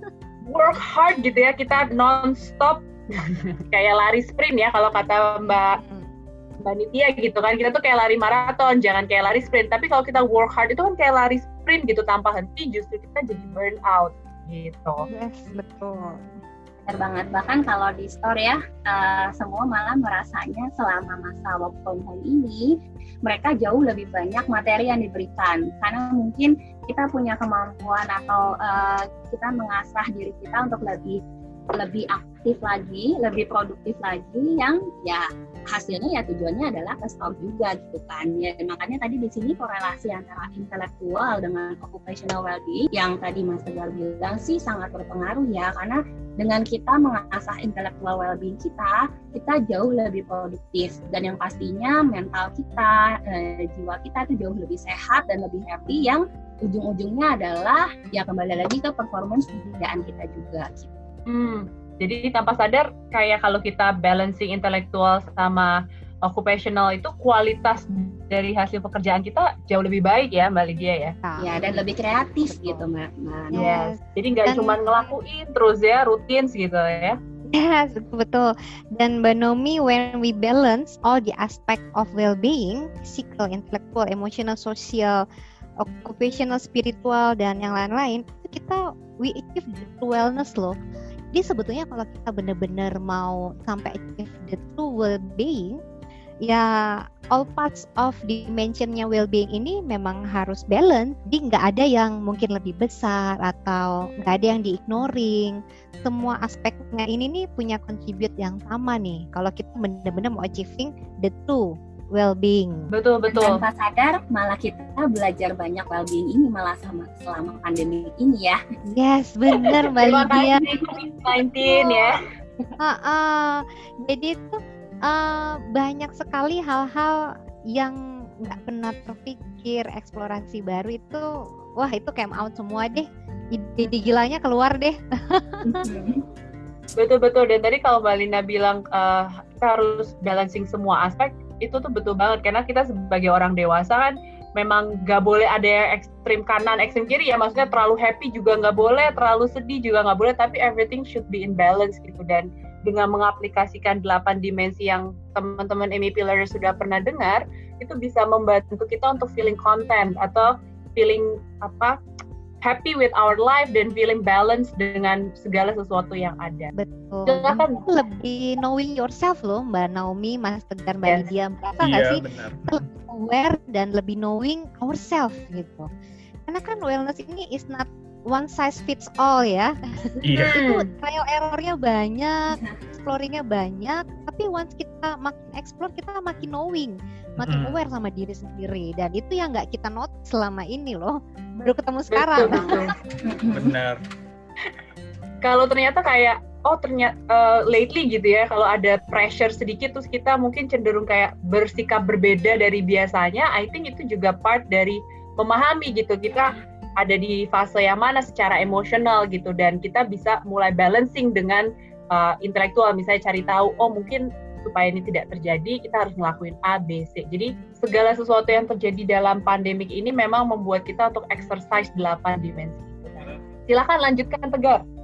work hard gitu ya, kita non-stop kayak lari sprint ya kalau kata Mbak Mbak Nitya gitu kan, kita tuh kayak lari maraton, jangan kayak lari sprint. Tapi kalau kita work hard itu kan kayak lari sprint gitu tanpa henti, justru kita jadi burn out gitu. Yes, betul. Benar banget, bahkan kalau di store ya, uh, semua malah merasanya selama masa work from home ini mereka jauh lebih banyak materi yang diberikan, karena mungkin kita punya kemampuan atau uh, kita mengasah diri kita untuk lebih lebih aktif lagi, lebih produktif lagi, yang ya hasilnya ya tujuannya adalah ke store juga gitu kan ya. Makanya tadi di sini korelasi antara intelektual dengan occupational well-being yang tadi Mas Tegar bilang sih sangat berpengaruh ya, karena dengan kita mengasah intellectual well-being kita, kita jauh lebih produktif, dan yang pastinya mental kita, eh, jiwa kita itu jauh lebih sehat dan lebih happy, yang ujung-ujungnya adalah ya kembali lagi ke performance pekerjaan kita juga gitu. Hmm, jadi tanpa sadar kayak kalau kita balancing intelektual sama occupational, itu kualitas dari hasil pekerjaan kita jauh lebih baik ya Mbak Lydia ya. Ya, dan lebih kreatif gitu Mbak. Yes. Jadi nggak cuma ngelakuin terus ya, rutin gitu ya. Yes, betul. Dan Mbak Naomi, when we balance all the aspect of well-being, physical, intellectual, emotional, social, occupational, spiritual, dan yang lain-lain, itu kita we achieve the true wellness loh. Jadi sebetulnya kalau kita benar-benar mau sampai achieve the true well-being, ya all parts of dimensionnya well-being ini memang harus balance. Jadi nggak ada yang mungkin lebih besar atau nggak ada yang di-ignoring. Semua aspeknya ini nih punya contribute yang sama nih, kalau kita benar-benar mau achieving the true well-being. Betul, betul. Tanpa sadar malah kita belajar banyak well-being ini malah sama selama pandemi ini ya. Yes, benar Mbak Lydia. covid sembilan belas ya. Uh, uh, jadi itu uh, banyak sekali hal-hal yang nggak pernah terpikir, eksplorasi baru itu, wah itu came out semua deh. Ide-ide gilanya keluar deh. Betul-betul, dan tadi kalau Mbak Lina bilang uh, kita harus balancing semua aspek, itu tuh betul banget, karena kita sebagai orang dewasa kan memang gak boleh ada yang ekstrim kanan, ekstrim kiri ya, maksudnya terlalu happy juga gak boleh, terlalu sedih juga gak boleh, tapi everything should be in balance gitu. Dan dengan mengaplikasikan delapan dimensi yang teman-teman Amy Pillar sudah pernah dengar, itu bisa membantu kita untuk feeling content atau feeling apa happy with our life dan feeling balance dengan segala sesuatu yang ada. Betul. Silakan. Lebih knowing yourself loh Mbak Naomi, Mas Tegar, Mbak Yes. Lydia. Merasa nggak Iya, sih benar. lebih aware dan lebih knowing ourselves gitu. Karena kan wellness ini is not one size fits all ya. Iya. Itu trial errornya banyak, exploringnya banyak. Tapi once kita makin explore, kita makin knowing, makin Hmm. aware sama diri sendiri. Dan itu yang nggak kita notice selama ini loh. Baru ketemu sekarang. Betul, betul. Benar. Kalau ternyata kayak oh ternyata uh, lately gitu ya, kalau ada pressure sedikit terus kita mungkin cenderung kayak bersikap berbeda dari biasanya, I think itu juga part dari memahami gitu kita ada di fase yang mana secara emosional gitu, dan kita bisa mulai balancing dengan uh, intelektual, misalnya cari tahu oh mungkin supaya ini tidak terjadi kita harus ngelakuin A, B, C. Jadi segala sesuatu yang terjadi dalam pandemik ini memang membuat kita untuk exercise delapan dimensi. Silakan lanjutkan Tegar.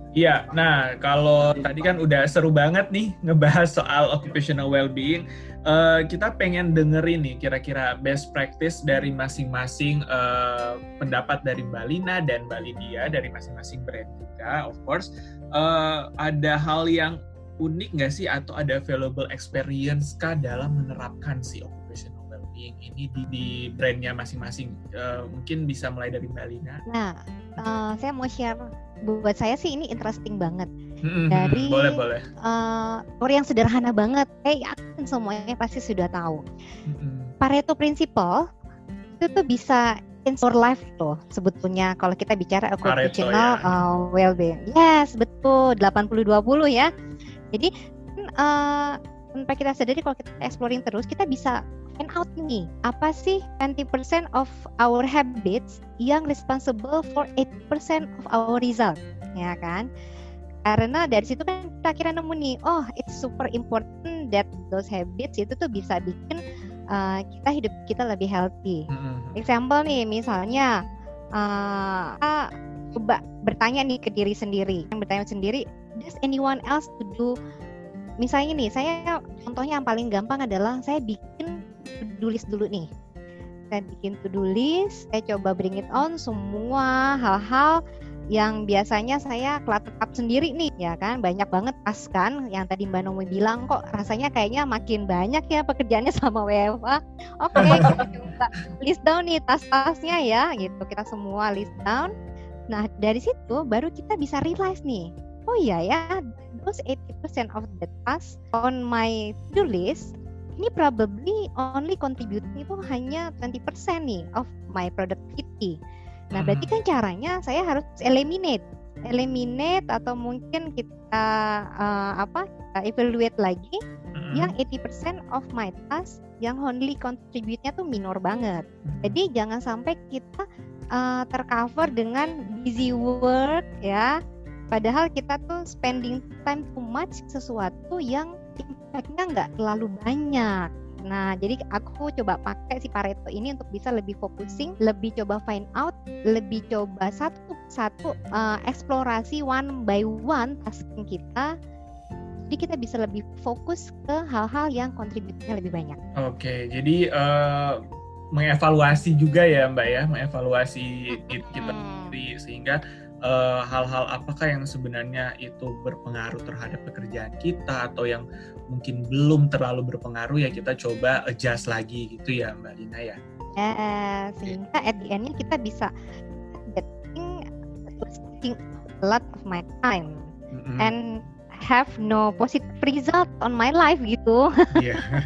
Iya, nah kalau tadi kan udah seru banget nih ngebahas soal occupational well-being. Uh, kita pengen dengerin nih kira-kira best practice dari masing-masing uh, pendapat dari Mbak Lina dan Mbak Lydia dari masing-masing brand juga, of course. Uh, ada hal yang unik nggak sih atau ada valuable experience kah dalam menerapkan si occupational well-being ini di, di brandnya masing-masing? Uh, mungkin bisa mulai dari Mbak Lina. Nah, uh, saya mau share. Buat saya sih ini interesting banget. Mm-hmm. Dari boleh, boleh. Uh, story yang sederhana banget. Eh, yakin semuanya pasti sudah tahu. Mm-hmm. Pareto Principle itu tuh bisa in for life loh sebetulnya kalau kita bicara occupational ya. uh, well-being. Yes, betul. delapan puluh dua puluh ya. Jadi uh, tanpa kita sadari kalau kita exploring terus, kita bisa find out nih, apa sih twenty percent of our habits yang responsible for eighty percent of our result, ya kan? Karena dari situ kan kita kira nemu nih, oh it's super important that those habits itu tuh bisa bikin uh, kita hidup kita lebih healthy. Mm-hmm. Example nih, misalnya uh, kita coba bertanya nih ke diri sendiri, yang bertanya sendiri, does anyone else to do? Misalnya nih, saya contohnya yang paling gampang adalah saya bikin to-do list dulu nih. Saya bikin to-do list, saya coba bring it on semua hal-hal yang biasanya saya clutter up sendiri nih, ya kan? Banyak banget tas kan, yang tadi Mbak Nomi bilang kok rasanya kayaknya makin banyak ya pekerjaannya sama W F A. Oke, okay, kita coba list down nih tas-tasnya ya, gitu. Kita semua list down. Nah, dari situ baru kita bisa realize nih, oh iya ya, those eighty percent of the tasks on my to-do list ini probably only contributing itu hanya twenty percent nih of my productivity. Nah, berarti kan caranya saya harus eliminate, eliminate atau mungkin kita uh, apa? Kita evaluate lagi mm-hmm. yang eighty percent of my task yang only contribute-nya tuh minor banget. Mm-hmm. Jadi jangan sampai kita uh, tercover dengan busy work ya. Padahal kita tuh spending time too much sesuatu yang impact-nya nggak terlalu banyak. Nah, jadi aku coba pakai si Pareto ini untuk bisa lebih focusing, lebih coba find out, lebih coba satu satu uh, eksplorasi one by one tasking kita. Jadi kita bisa lebih fokus ke hal-hal yang kontribusinya lebih banyak. Oke, jadi uh, mengevaluasi juga ya Mbak ya, mengevaluasi hmm. kita sendiri sehingga Uh, hal-hal apakah yang sebenarnya itu berpengaruh terhadap pekerjaan kita atau yang mungkin belum terlalu berpengaruh ya kita coba adjust lagi gitu ya Mbak Lina ya. Ya, sehingga at the end-nya kita bisa getting wasting a lot of my time mm-hmm. and have no positive result on my life gitu. Iya.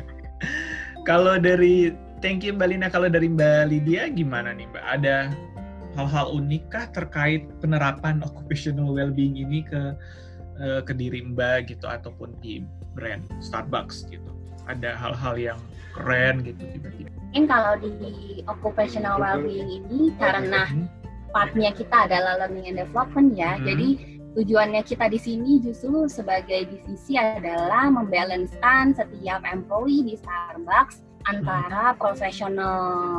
Kalau dari thank you Mbak Lina, kalau dari Mbak Lydia gimana nih Mbak? Ada hal-hal unikkah terkait penerapan occupational well-being ini ke uh, ke diri Mbak gitu ataupun di brand Starbucks gitu? Ada hal-hal yang keren gitu tiba-tiba? Mungkin kalau di occupational well-being ini karena partnya kita adalah learning and development ya, hmm. jadi tujuannya kita di sini justru sebagai divisi adalah membalancekan setiap employee di Starbucks antara hmm. profesional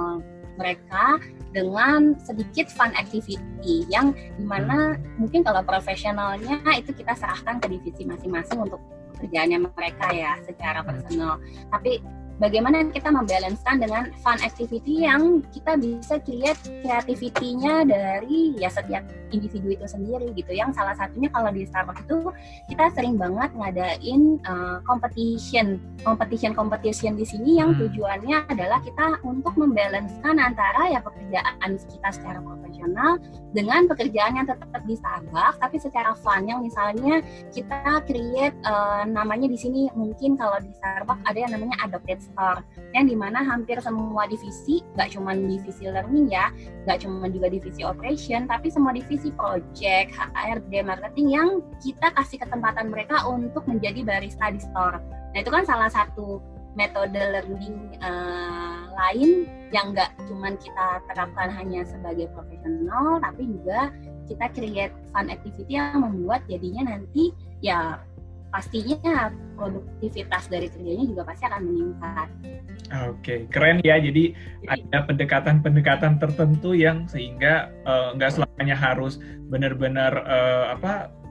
mereka dengan sedikit fun activity yang dimana mungkin kalau profesionalnya itu kita serahkan ke divisi masing-masing untuk pekerjaannya mereka ya secara personal. Tapi bagaimana kita membalancekan dengan fun activity yang kita bisa create creativity-nya dari ya setiap individu itu sendiri gitu. Yang salah satunya kalau di Starbucks itu kita sering banget ngadain uh, competition, competition-competition di sini yang tujuannya adalah kita untuk membalancekan antara ya pekerjaan kita secara profesional dengan pekerjaan yang tetap di Starbucks tapi secara fun, yang misalnya kita create uh, namanya di sini mungkin kalau di Starbucks ada yang namanya adopted store, yang dimana hampir semua divisi, nggak cuma divisi learning ya, nggak cuma juga divisi operation, tapi semua divisi project, H R D, marketing yang kita kasih kesempatan mereka untuk menjadi barista di store. Nah itu kan salah satu metode learning uh, lain yang nggak cuma kita terapkan hanya sebagai profesional, tapi juga kita create fun activity yang membuat jadinya nanti ya pastinya produktivitas dari kerjanya juga pasti akan meningkat. Oke, keren ya. Jadi ada pendekatan-pendekatan tertentu yang sehingga uh, nggak selamanya harus benar-benar uh, apa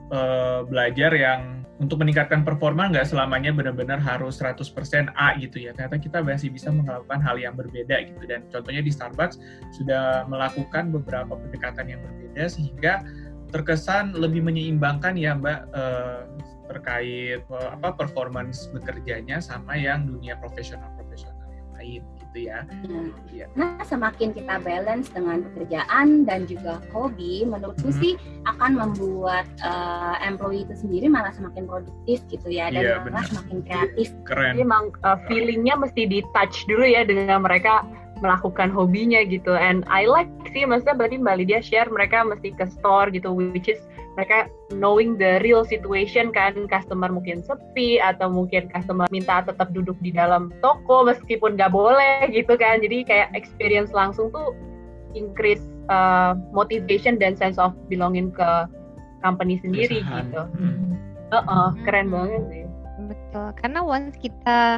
uh, belajar yang untuk meningkatkan performa nggak selamanya benar-benar harus seratus persen A gitu ya. Ternyata kita masih bisa melakukan hal yang berbeda gitu. Dan contohnya di Starbucks sudah melakukan beberapa pendekatan yang berbeda sehingga terkesan lebih menyeimbangkan ya Mbak uh, terkait uh, apa performance bekerjanya sama yang dunia profesional-profesional yang lain gitu ya. Hmm. Ya. Nah, semakin kita balance dengan pekerjaan dan juga hobi, menurutku hmm. sih akan membuat uh, employee itu sendiri malah semakin produktif gitu ya, dan ya, malah benar. Semakin kreatif. Keren. Jadi emang uh, feelingnya mesti di touch dulu ya dengan mereka melakukan hobinya gitu. And I like sih, maksudnya berarti Mbak Lydia share mereka mesti ke store gitu, which is mereka knowing the real situation kan, customer mungkin sepi atau mungkin customer minta tetap duduk di dalam toko meskipun nggak boleh gitu kan. Jadi kayak experience langsung tuh increase uh, motivation dan sense of belonging ke company sendiri Usahaan. Gitu. Hmm. Uh-uh, keren hmm. banget sih. Betul, karena once kita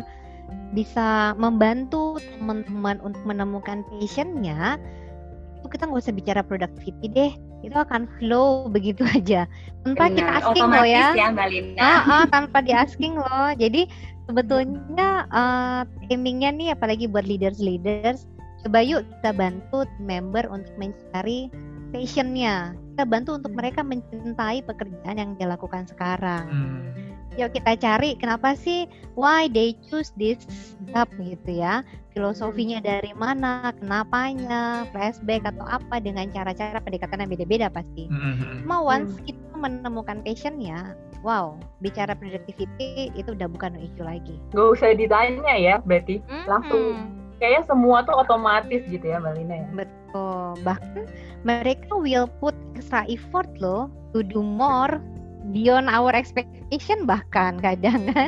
bisa membantu teman-teman untuk menemukan passion-nya, itu kita nggak usah bicara productivity deh, itu akan flow begitu aja tanpa Benar, kita asking loh ya, ya Mbak Linda. ah, ah, tanpa di asking loh. Jadi sebetulnya uh, aimingnya nih apalagi buat leaders-leaders, coba yuk kita bantu member untuk mencari passion-nya, kita bantu untuk mereka mencintai pekerjaan yang dia lakukan sekarang. Hmm. Yuk kita cari kenapa sih why they choose this job gitu ya, filosofinya dari mana, kenapanya, flashback atau apa, dengan cara-cara pendekatan yang beda-beda pasti. Mm-hmm. Mau once mm. kita menemukan passionnya, wow, bicara productivity itu udah bukan issue lagi. Gak usah ditanya ya, berarti mm-hmm. langsung kayaknya semua tuh otomatis gitu ya Mbak Lina ya. Betul, bahkan mereka will put extra effort loh to do more beyond our expectation bahkan kadang kan.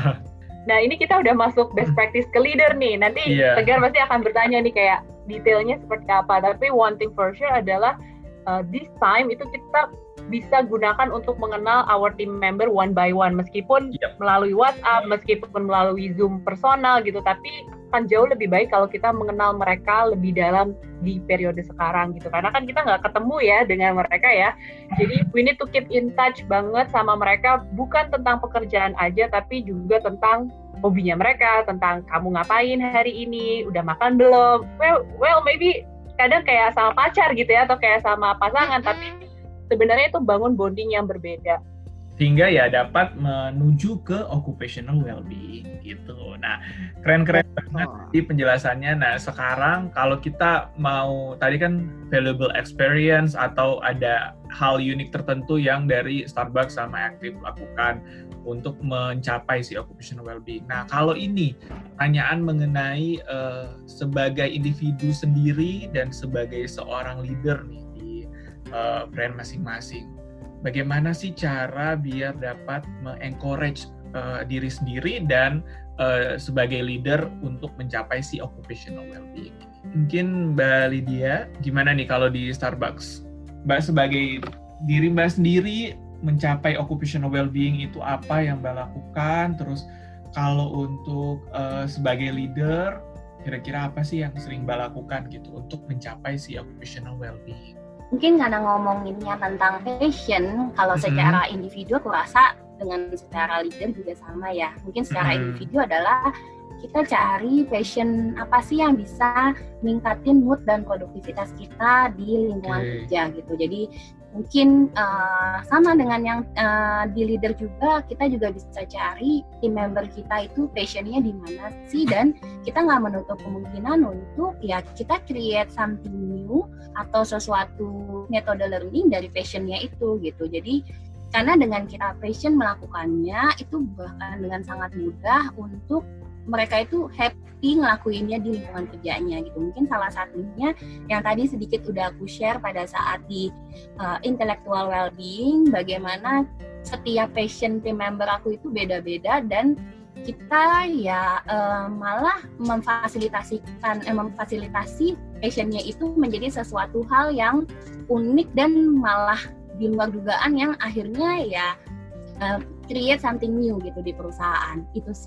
Nah ini kita udah masuk best practice ke leader nih. Nanti yeah. Tegar pasti akan bertanya nih kayak detailnya seperti apa. Tapi one thing for sure adalah uh, this time itu kita bisa gunakan untuk mengenal our team member one by one. Meskipun yep. melalui WhatsApp, meskipun melalui Zoom personal gitu. Tapi kan jauh lebih baik kalau kita mengenal mereka lebih dalam di periode sekarang gitu. Karena kan kita nggak ketemu ya dengan mereka ya. Jadi we need to keep in touch banget sama mereka. Bukan tentang pekerjaan aja, tapi juga tentang hobinya mereka, tentang kamu ngapain hari ini, udah makan belum. Well, well maybe kadang kayak sama pacar gitu ya, atau kayak sama pasangan, tapi sebenarnya itu bangun bonding yang berbeda. Sehingga ya dapat menuju ke occupational well-being gitu. Nah, keren-keren banget di penjelasannya. Nah, sekarang kalau kita mau, tadi kan valuable experience atau ada hal unik tertentu yang dari Starbucks sama Active lakukan untuk mencapai si occupational well-being. Nah, kalau ini pertanyaan mengenai uh, sebagai individu sendiri dan sebagai seorang leader nih di uh, brand masing-masing. Bagaimana sih cara biar dapat me-encourage uh, diri sendiri dan uh, sebagai leader untuk mencapai si occupational well-being? Mungkin Mbak Lydia, gimana nih kalau di Starbucks? Mbak sebagai diri Mbak sendiri mencapai occupational well-being itu apa yang Mbak lakukan? Terus kalau untuk uh, sebagai leader, kira-kira apa sih yang sering Mbak lakukan gitu untuk mencapai si occupational well-being? Mungkin karena ngomonginnya tentang passion, kalau mm-hmm. secara individu aku rasa dengan secara leader juga sama ya. Mungkin secara mm-hmm. individu adalah kita cari passion apa sih yang bisa meningkatin mood dan produktivitas kita di lingkungan okay. kerja gitu. Jadi mungkin uh, sama dengan yang uh, di leader juga, kita juga bisa cari tim member kita itu passionnya di mana sih, dan kita nggak menutup kemungkinan untuk ya kita create something new atau sesuatu metode learning dari passionnya itu gitu. Jadi karena dengan kita passion melakukannya itu bahkan dengan sangat mudah untuk mereka itu happy ngelakuinnya di lingkungan kerjanya gitu. Mungkin salah satunya yang tadi sedikit udah aku share pada saat di uh, intellectual well-being, bagaimana setiap passion team member aku itu beda-beda, dan kita ya uh, malah memfasilitasikan, eh, memfasilitasi passionnya itu menjadi sesuatu hal yang unik dan malah di luar dugaan yang akhirnya ya uh, create something new gitu di perusahaan. Itu sih.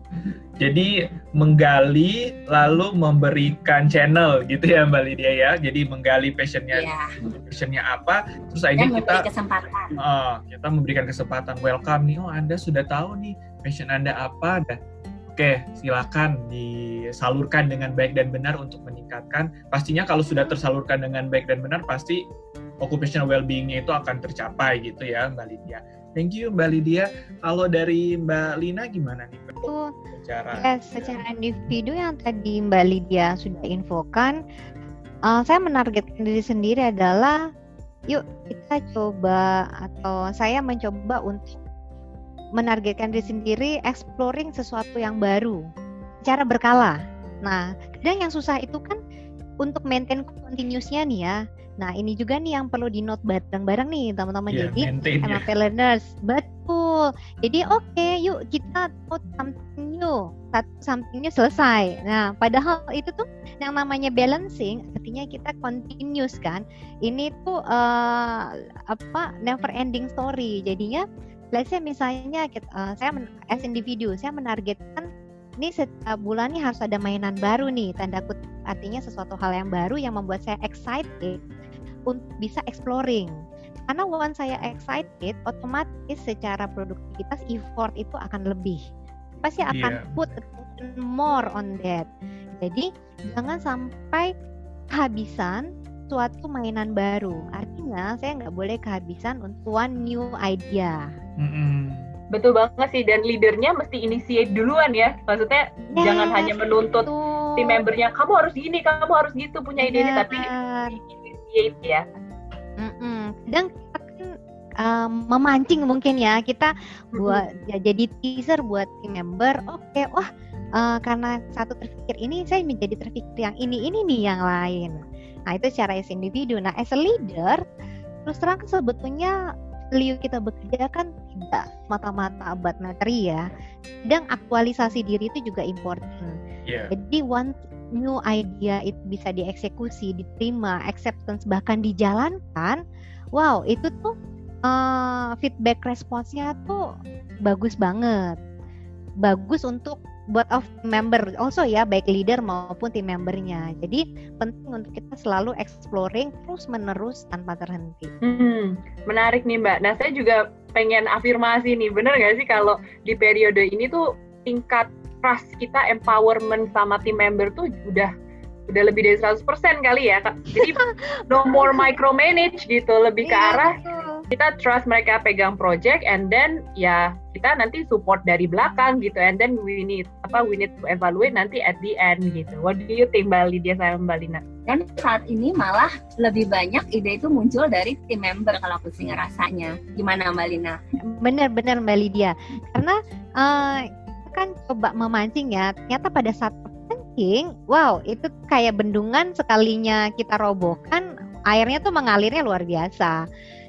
Jadi menggali lalu memberikan channel gitu ya Mbak Lydia ya. Jadi menggali passionnya, yeah. passionnya apa, terus akhirnya kita kesempatan. Uh, kita memberikan kesempatan. Welcome nih, oh Anda sudah tahu nih passion Anda apa, dah. Oke, silakan disalurkan dengan baik dan benar untuk meningkatkan. Pastinya kalau sudah tersalurkan dengan baik dan benar, pasti occupational well-being-nya itu akan tercapai gitu ya Mbak Lydia. Thank you Mbak Lydia. Kalau dari Mbak Lina gimana nih? Oh, secara ya, secara individu yang tadi Mbak Lydia sudah infokan, uh, saya menargetkan diri sendiri adalah, yuk kita coba atau saya mencoba untuk menargetkan diri sendiri exploring sesuatu yang baru secara berkala. Nah, kadang yang susah itu kan untuk maintain continuous-nya nih ya. Nah, ini juga nih yang perlu di note bareng-bareng nih teman-teman. Yeah, jadi M A P learners, betul. Jadi oke, okay, yuk kita note something new, satu something new selesai. Nah, padahal itu tuh yang namanya balancing, artinya kita continuous kan. Ini tuh uh, apa never ending story. Jadinya, let's say misalnya kita, uh, saya men- as individu, saya menargetkan ini setiap bulan nih harus ada mainan baru nih, tanda kutip, artinya sesuatu hal yang baru yang membuat saya excited untuk bisa exploring. Karena once saya excited, otomatis secara produktivitas effort itu akan lebih. Pasti akan yeah. put more on that. Jadi jangan sampai kehabisan suatu mainan baru. Artinya saya nggak boleh kehabisan untuk one new idea. Mm-hmm. Betul banget sih, dan leadernya mesti initiate duluan ya. Maksudnya yes, jangan hanya menuntut betul. Tim membernya, kamu harus gini, kamu harus gitu punya ide ini, tapi initiate ya. Mm-mm. Dan kita kan um, memancing mungkin ya, kita buat mm-hmm. ya, jadi teaser buat tim member. Oke, okay, wah uh, karena satu terpikir ini, saya menjadi terpikir yang ini, ini nih yang lain. Nah itu secara as individu. Nah as a leader, terus terang sebetulnya value kita bekerja kan tidak mata-mata abad materi ya. Dan aktualisasi diri itu juga important. Yeah. Jadi one new idea itu bisa dieksekusi, diterima, acceptance, bahkan dijalankan. Wow, itu tuh uh, feedback response-nya tuh bagus banget. Bagus untuk buat of member also ya, baik leader maupun tim membernya. Jadi penting untuk kita selalu exploring terus menerus tanpa terhenti. Hmm, menarik nih Mbak. Nah saya juga pengen afirmasi nih, bener gak sih kalau di periode ini tuh tingkat trust kita, empowerment sama tim member tuh udah udah lebih dari seratus persen kali ya. Jadi no more micromanage gitu, lebih ke arah kita trust mereka pegang project, and then ya kita nanti support dari belakang gitu, and then we need apa we need to evaluate nanti at the end gitu. What do you think Mbak Lydia sama Mbak Lina? Dan saat ini malah lebih banyak ide itu muncul dari tim member kalau aku sih ngerasanya. Gimana Mbak Lina? Benar-benar Mbak Lydia. Karena uh, kan coba memancing ya, ternyata pada saat pancing, wow itu kayak bendungan, sekalinya kita robohkan, airnya tuh mengalirnya luar biasa.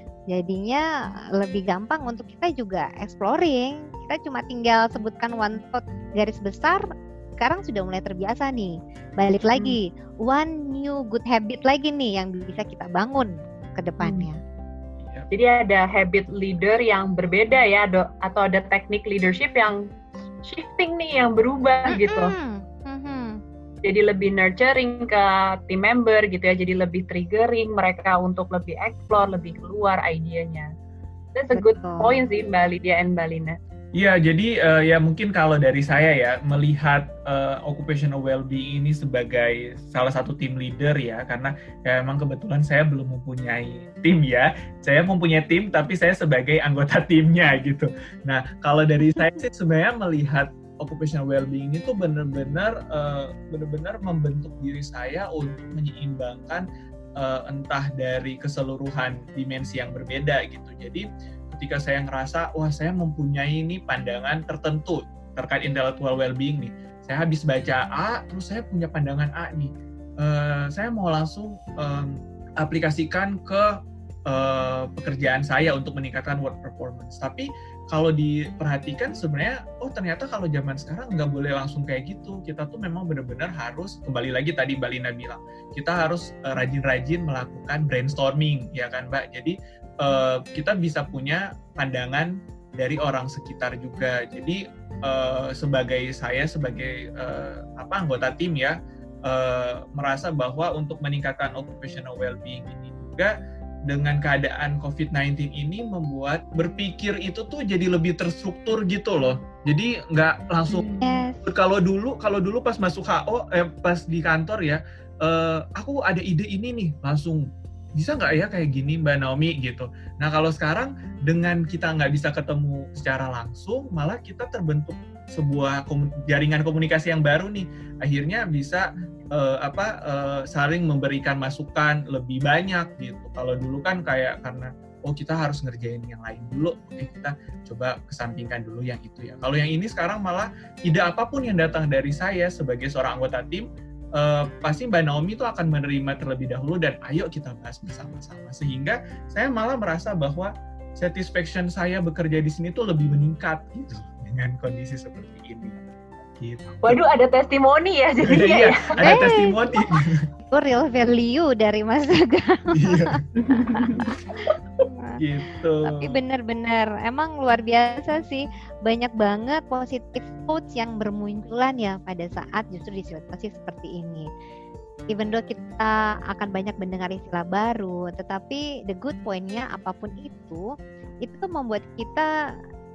Jadinya lebih gampang untuk kita juga exploring. Kita cuma tinggal sebutkan one thought garis besar, sekarang sudah mulai terbiasa nih. Balik hmm. lagi, one new good habit lagi nih yang bisa kita bangun ke depannya. Hmm. Jadi ada habit leader yang berbeda ya, atau ada teknik leadership yang shifting nih, yang berubah mm-hmm. gitu. Mm-hmm. Jadi lebih nurturing ke tim member gitu ya, jadi lebih triggering mereka untuk lebih explore, lebih keluar idenya. That's a good point sih Mbak Lydia and Mbak Lina. Iya, jadi uh, ya mungkin kalau dari saya ya, melihat uh, occupational well-being ini sebagai salah satu tim leader ya, karena ya emang kebetulan saya belum mempunyai tim ya, saya mempunyai tim tapi saya sebagai anggota timnya gitu. Nah, kalau dari saya sih sebenarnya melihat occupational well-being itu benar-benar uh, benar-benar membentuk diri saya untuk menyeimbangkan uh, entah dari keseluruhan dimensi yang berbeda gitu. Jadi ketika saya ngerasa, wah saya mempunyai ini pandangan tertentu terkait intellectual well-being nih. Saya habis baca A, terus saya punya pandangan A nih. Uh, saya mau langsung um, aplikasikan ke uh, pekerjaan saya untuk meningkatkan work performance. Tapi kalau diperhatikan sebenarnya, oh ternyata kalau zaman sekarang nggak boleh langsung kayak gitu. Kita tuh memang benar-benar harus, kembali lagi tadi Mbak Lina bilang, kita harus uh, rajin-rajin melakukan brainstorming, ya kan Mbak? Jadi uh, kita bisa punya pandangan dari orang sekitar juga. Jadi uh, sebagai saya sebagai uh, apa anggota tim ya uh, merasa bahwa untuk meningkatkan occupational well-being ini juga dengan keadaan covid sembilan belas ini membuat berpikir itu tuh jadi lebih terstruktur gitu loh. Jadi nggak langsung yes. kalau dulu kalau dulu pas masuk H O eh, pas di kantor ya uh, aku ada ide ini nih langsung bisa nggak ya kayak gini Mbak Naomi gitu. Nah kalau sekarang dengan kita nggak bisa ketemu secara langsung, malah kita terbentuk sebuah komun- jaringan komunikasi yang baru nih. Akhirnya bisa uh, apa uh, saling memberikan masukan lebih banyak gitu. Kalau dulu kan kayak karena oh kita harus ngerjain yang lain dulu, oke kita coba kesampingkan dulu yang itu ya. Kalau yang ini sekarang malah ide apapun yang datang dari saya sebagai seorang anggota tim, Uh, pasti Mbak Naomi itu akan menerima terlebih dahulu dan ayo kita bahas bersama-sama, sehingga saya malah merasa bahwa satisfaction saya bekerja di sini tuh lebih meningkat gitu dengan kondisi seperti ini. Gitu. Waduh, ada testimoni ya jadinya iya, ya. Ada hey. testimoni. Itu real value dari Mas Tegar. Iya. Gitu. Tapi benar-benar emang luar biasa sih, banyak banget positive quotes yang bermunculan ya pada saat justru di situasi seperti ini. Even though kita akan banyak mendengar istilah baru, tetapi the good point-nya apapun itu, itu tuh membuat kita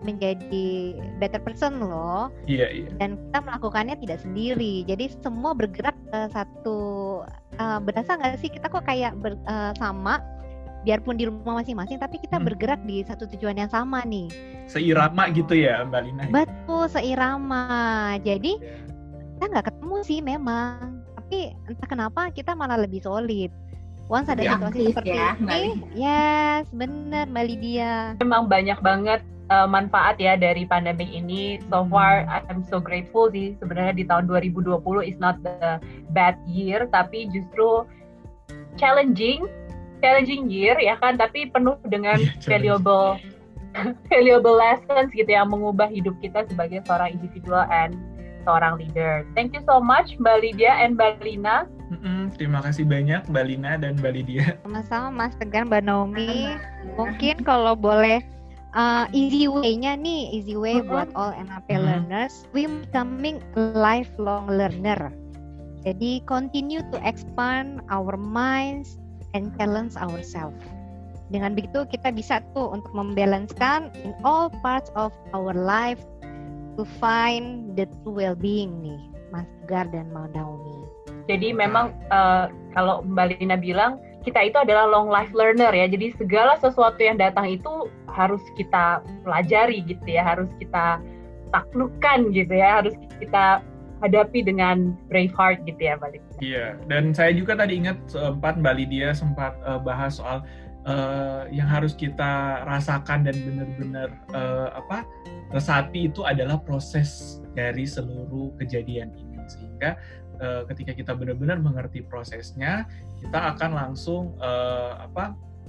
menjadi better person loh. Iya, iya. Dan kita melakukannya tidak sendiri. Jadi semua bergerak ke satu, uh, berasa nggak sih kita kok kayak ber, uh, sama, biarpun di rumah masing-masing, tapi kita hmm. bergerak di satu tujuan yang sama nih. Seirama gitu ya Mbak Lina? Betul, seirama. Jadi kita nggak ketemu sih memang, tapi entah kenapa kita malah lebih solid. Once ada situasi seperti ya, ini, yes, benar Mbak Lydia. Memang banyak banget uh, manfaat ya dari pandemi ini. So far, I'm so grateful sih. Sebenarnya di tahun dua ribu dua puluh is not the bad year, tapi justru challenging. challenging year ya kan, tapi penuh dengan yeah, valuable valuable lessons gitu yang mengubah hidup kita sebagai seorang individual and seorang leader. Thank you so much Mbak Lydia and Mbak Lina. Mm-mm, terima kasih banyak Mbak Lina dan Mbak Lydia. Sama-sama Mas Tegar, Mbak Naomi. Mungkin kalau boleh uh, easy way-nya nih, easy way mm-hmm. buat all N L P mm-hmm. learners, we becoming a lifelong learner. Jadi continue to expand our minds and challenge ourselves. Dengan begitu kita bisa tuh untuk membalancekan in all parts of our life to find the true well-being nih, Mas Tegar dan Mbak Naomi. Jadi memang uh, kalau Mbak Lina bilang kita itu adalah long life learner ya. Jadi segala sesuatu yang datang itu harus kita pelajari gitu ya, harus kita taklukkan gitu ya, harus kita hadapi dengan brave heart gitu ya Mbak Lydia. Iya, dan saya juga tadi ingat sempat Mbak Lydia sempat uh, bahas soal uh, yang harus kita rasakan dan benar-benar uh, apa resapi itu adalah proses dari seluruh kejadian ini, sehingga uh, ketika kita benar-benar mengerti prosesnya, kita akan langsung uh, apa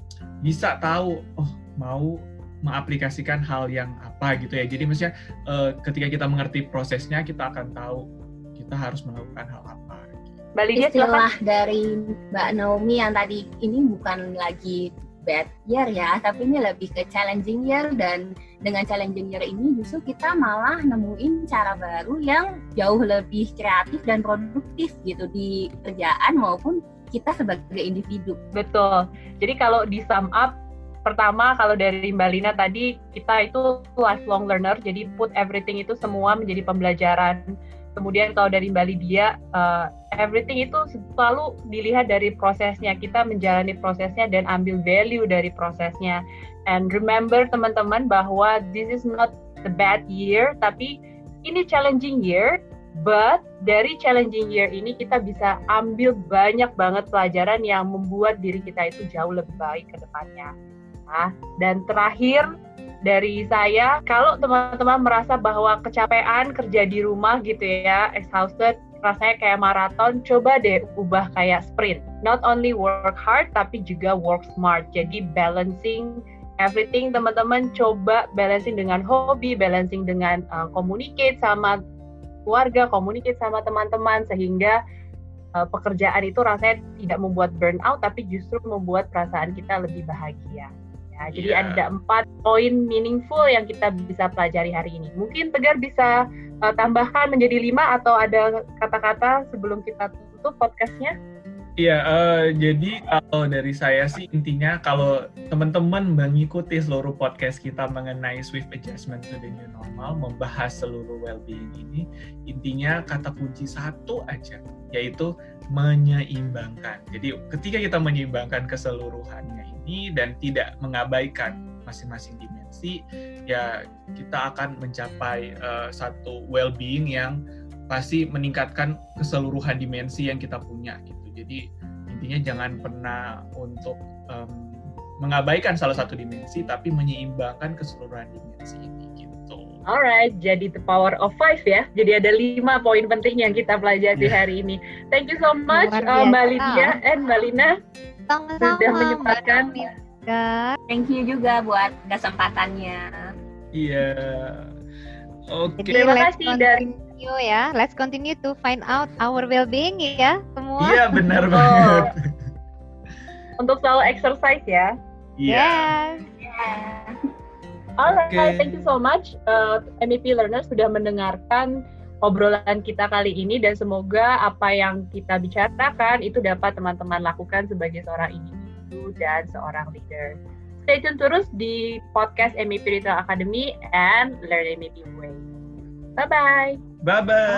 bisa tahu oh mau mengaplikasikan hal yang apa gitu ya. Jadi maksudnya uh, ketika kita mengerti prosesnya, kita akan tahu kita harus melakukan hal apa. Mbak Lydia, istilah dari Mbak Naomi yang tadi ini bukan lagi bad year ya, tapi ini lebih ke challenging year, dan dengan challenging year ini justru kita malah nemuin cara baru yang jauh lebih kreatif dan produktif gitu di kerjaan maupun kita sebagai individu. Betul. Jadi kalau di sum up, pertama kalau dari Mbak Lina tadi, kita itu lifelong learner, jadi put everything itu semua menjadi pembelajaran. Kemudian kalau dari Mbak Lydia, uh, everything itu selalu dilihat dari prosesnya, kita menjalani prosesnya dan ambil value dari prosesnya. And remember teman-teman bahwa this is not the bad year, tapi ini challenging year, but dari challenging year ini kita bisa ambil banyak banget pelajaran yang membuat diri kita itu jauh lebih baik ke depannya. Nah, dan terakhir dari saya, kalau teman-teman merasa bahwa kecapean kerja di rumah gitu ya, exhausted, rasanya kayak maraton, coba deh ubah kayak sprint. Not only work hard, tapi juga work smart. Jadi balancing everything, teman-teman coba balancing dengan hobi, balancing dengan uh, communicate sama keluarga, communicate sama teman-teman, sehingga uh, pekerjaan itu rasanya tidak membuat burnout, tapi justru membuat perasaan kita lebih bahagia. Ya, jadi Iya. ada empat poin meaningful yang kita bisa pelajari hari ini. Mungkin Tegar bisa uh, tambahkan menjadi lima atau ada kata-kata sebelum kita tutup podcastnya? Iya, uh, jadi kalau dari saya sih intinya kalau teman-teman mengikuti seluruh podcast kita mengenai Swift Adjustment to the New Normal, membahas seluruh well-being ini, intinya kata kunci satu aja, yaitu menyeimbangkan. Jadi ketika kita menyeimbangkan keseluruhannya ini dan tidak mengabaikan masing-masing dimensi, ya kita akan mencapai uh, satu well-being yang pasti meningkatkan keseluruhan dimensi yang kita punya gitu. Jadi intinya jangan pernah untuk um, mengabaikan salah satu dimensi, tapi menyeimbangkan keseluruhan dimensi ini gitu. Alright, jadi the power of five ya. Jadi ada lima poin penting yang kita pelajari Yeah. hari ini. Thank you so much Luar uh, Mbak biasa. Lydia and Mbak Lina Sama-sama, sudah Mbak menyempatkan. Naomi juga. Thank you juga buat kesempatannya. Iya. Oke. Jadi Terima let's kasih dan continue ya. Let's continue to find out our well-being ya semua. Iya, benar Oh. banget. untuk selalu exercise ya. Iya. Yes. Alright, Oke. thank you so much uh, M E P learners sudah mendengarkan obrolan kita kali ini dan semoga apa yang kita bicarakan itu dapat teman-teman lakukan sebagai seorang individu dan seorang leader. Stay tune terus di podcast M E P Retail Academy and Learn M E P Way. Bye-bye. Bye-bye.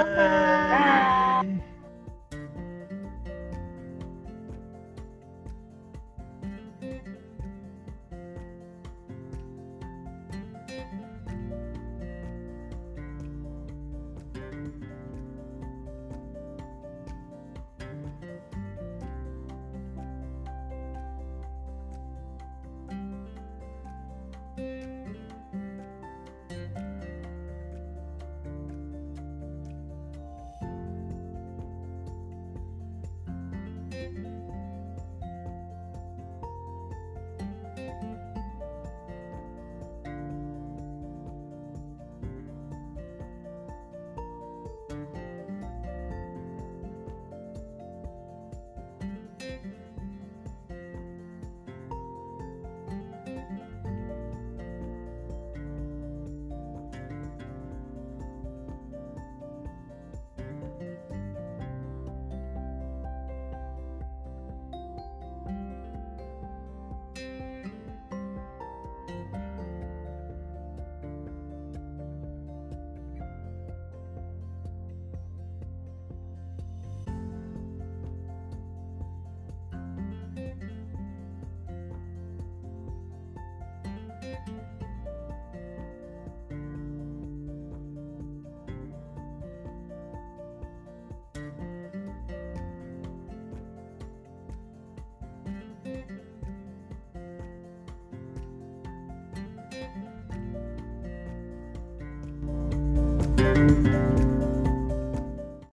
Bye-bye. Bye.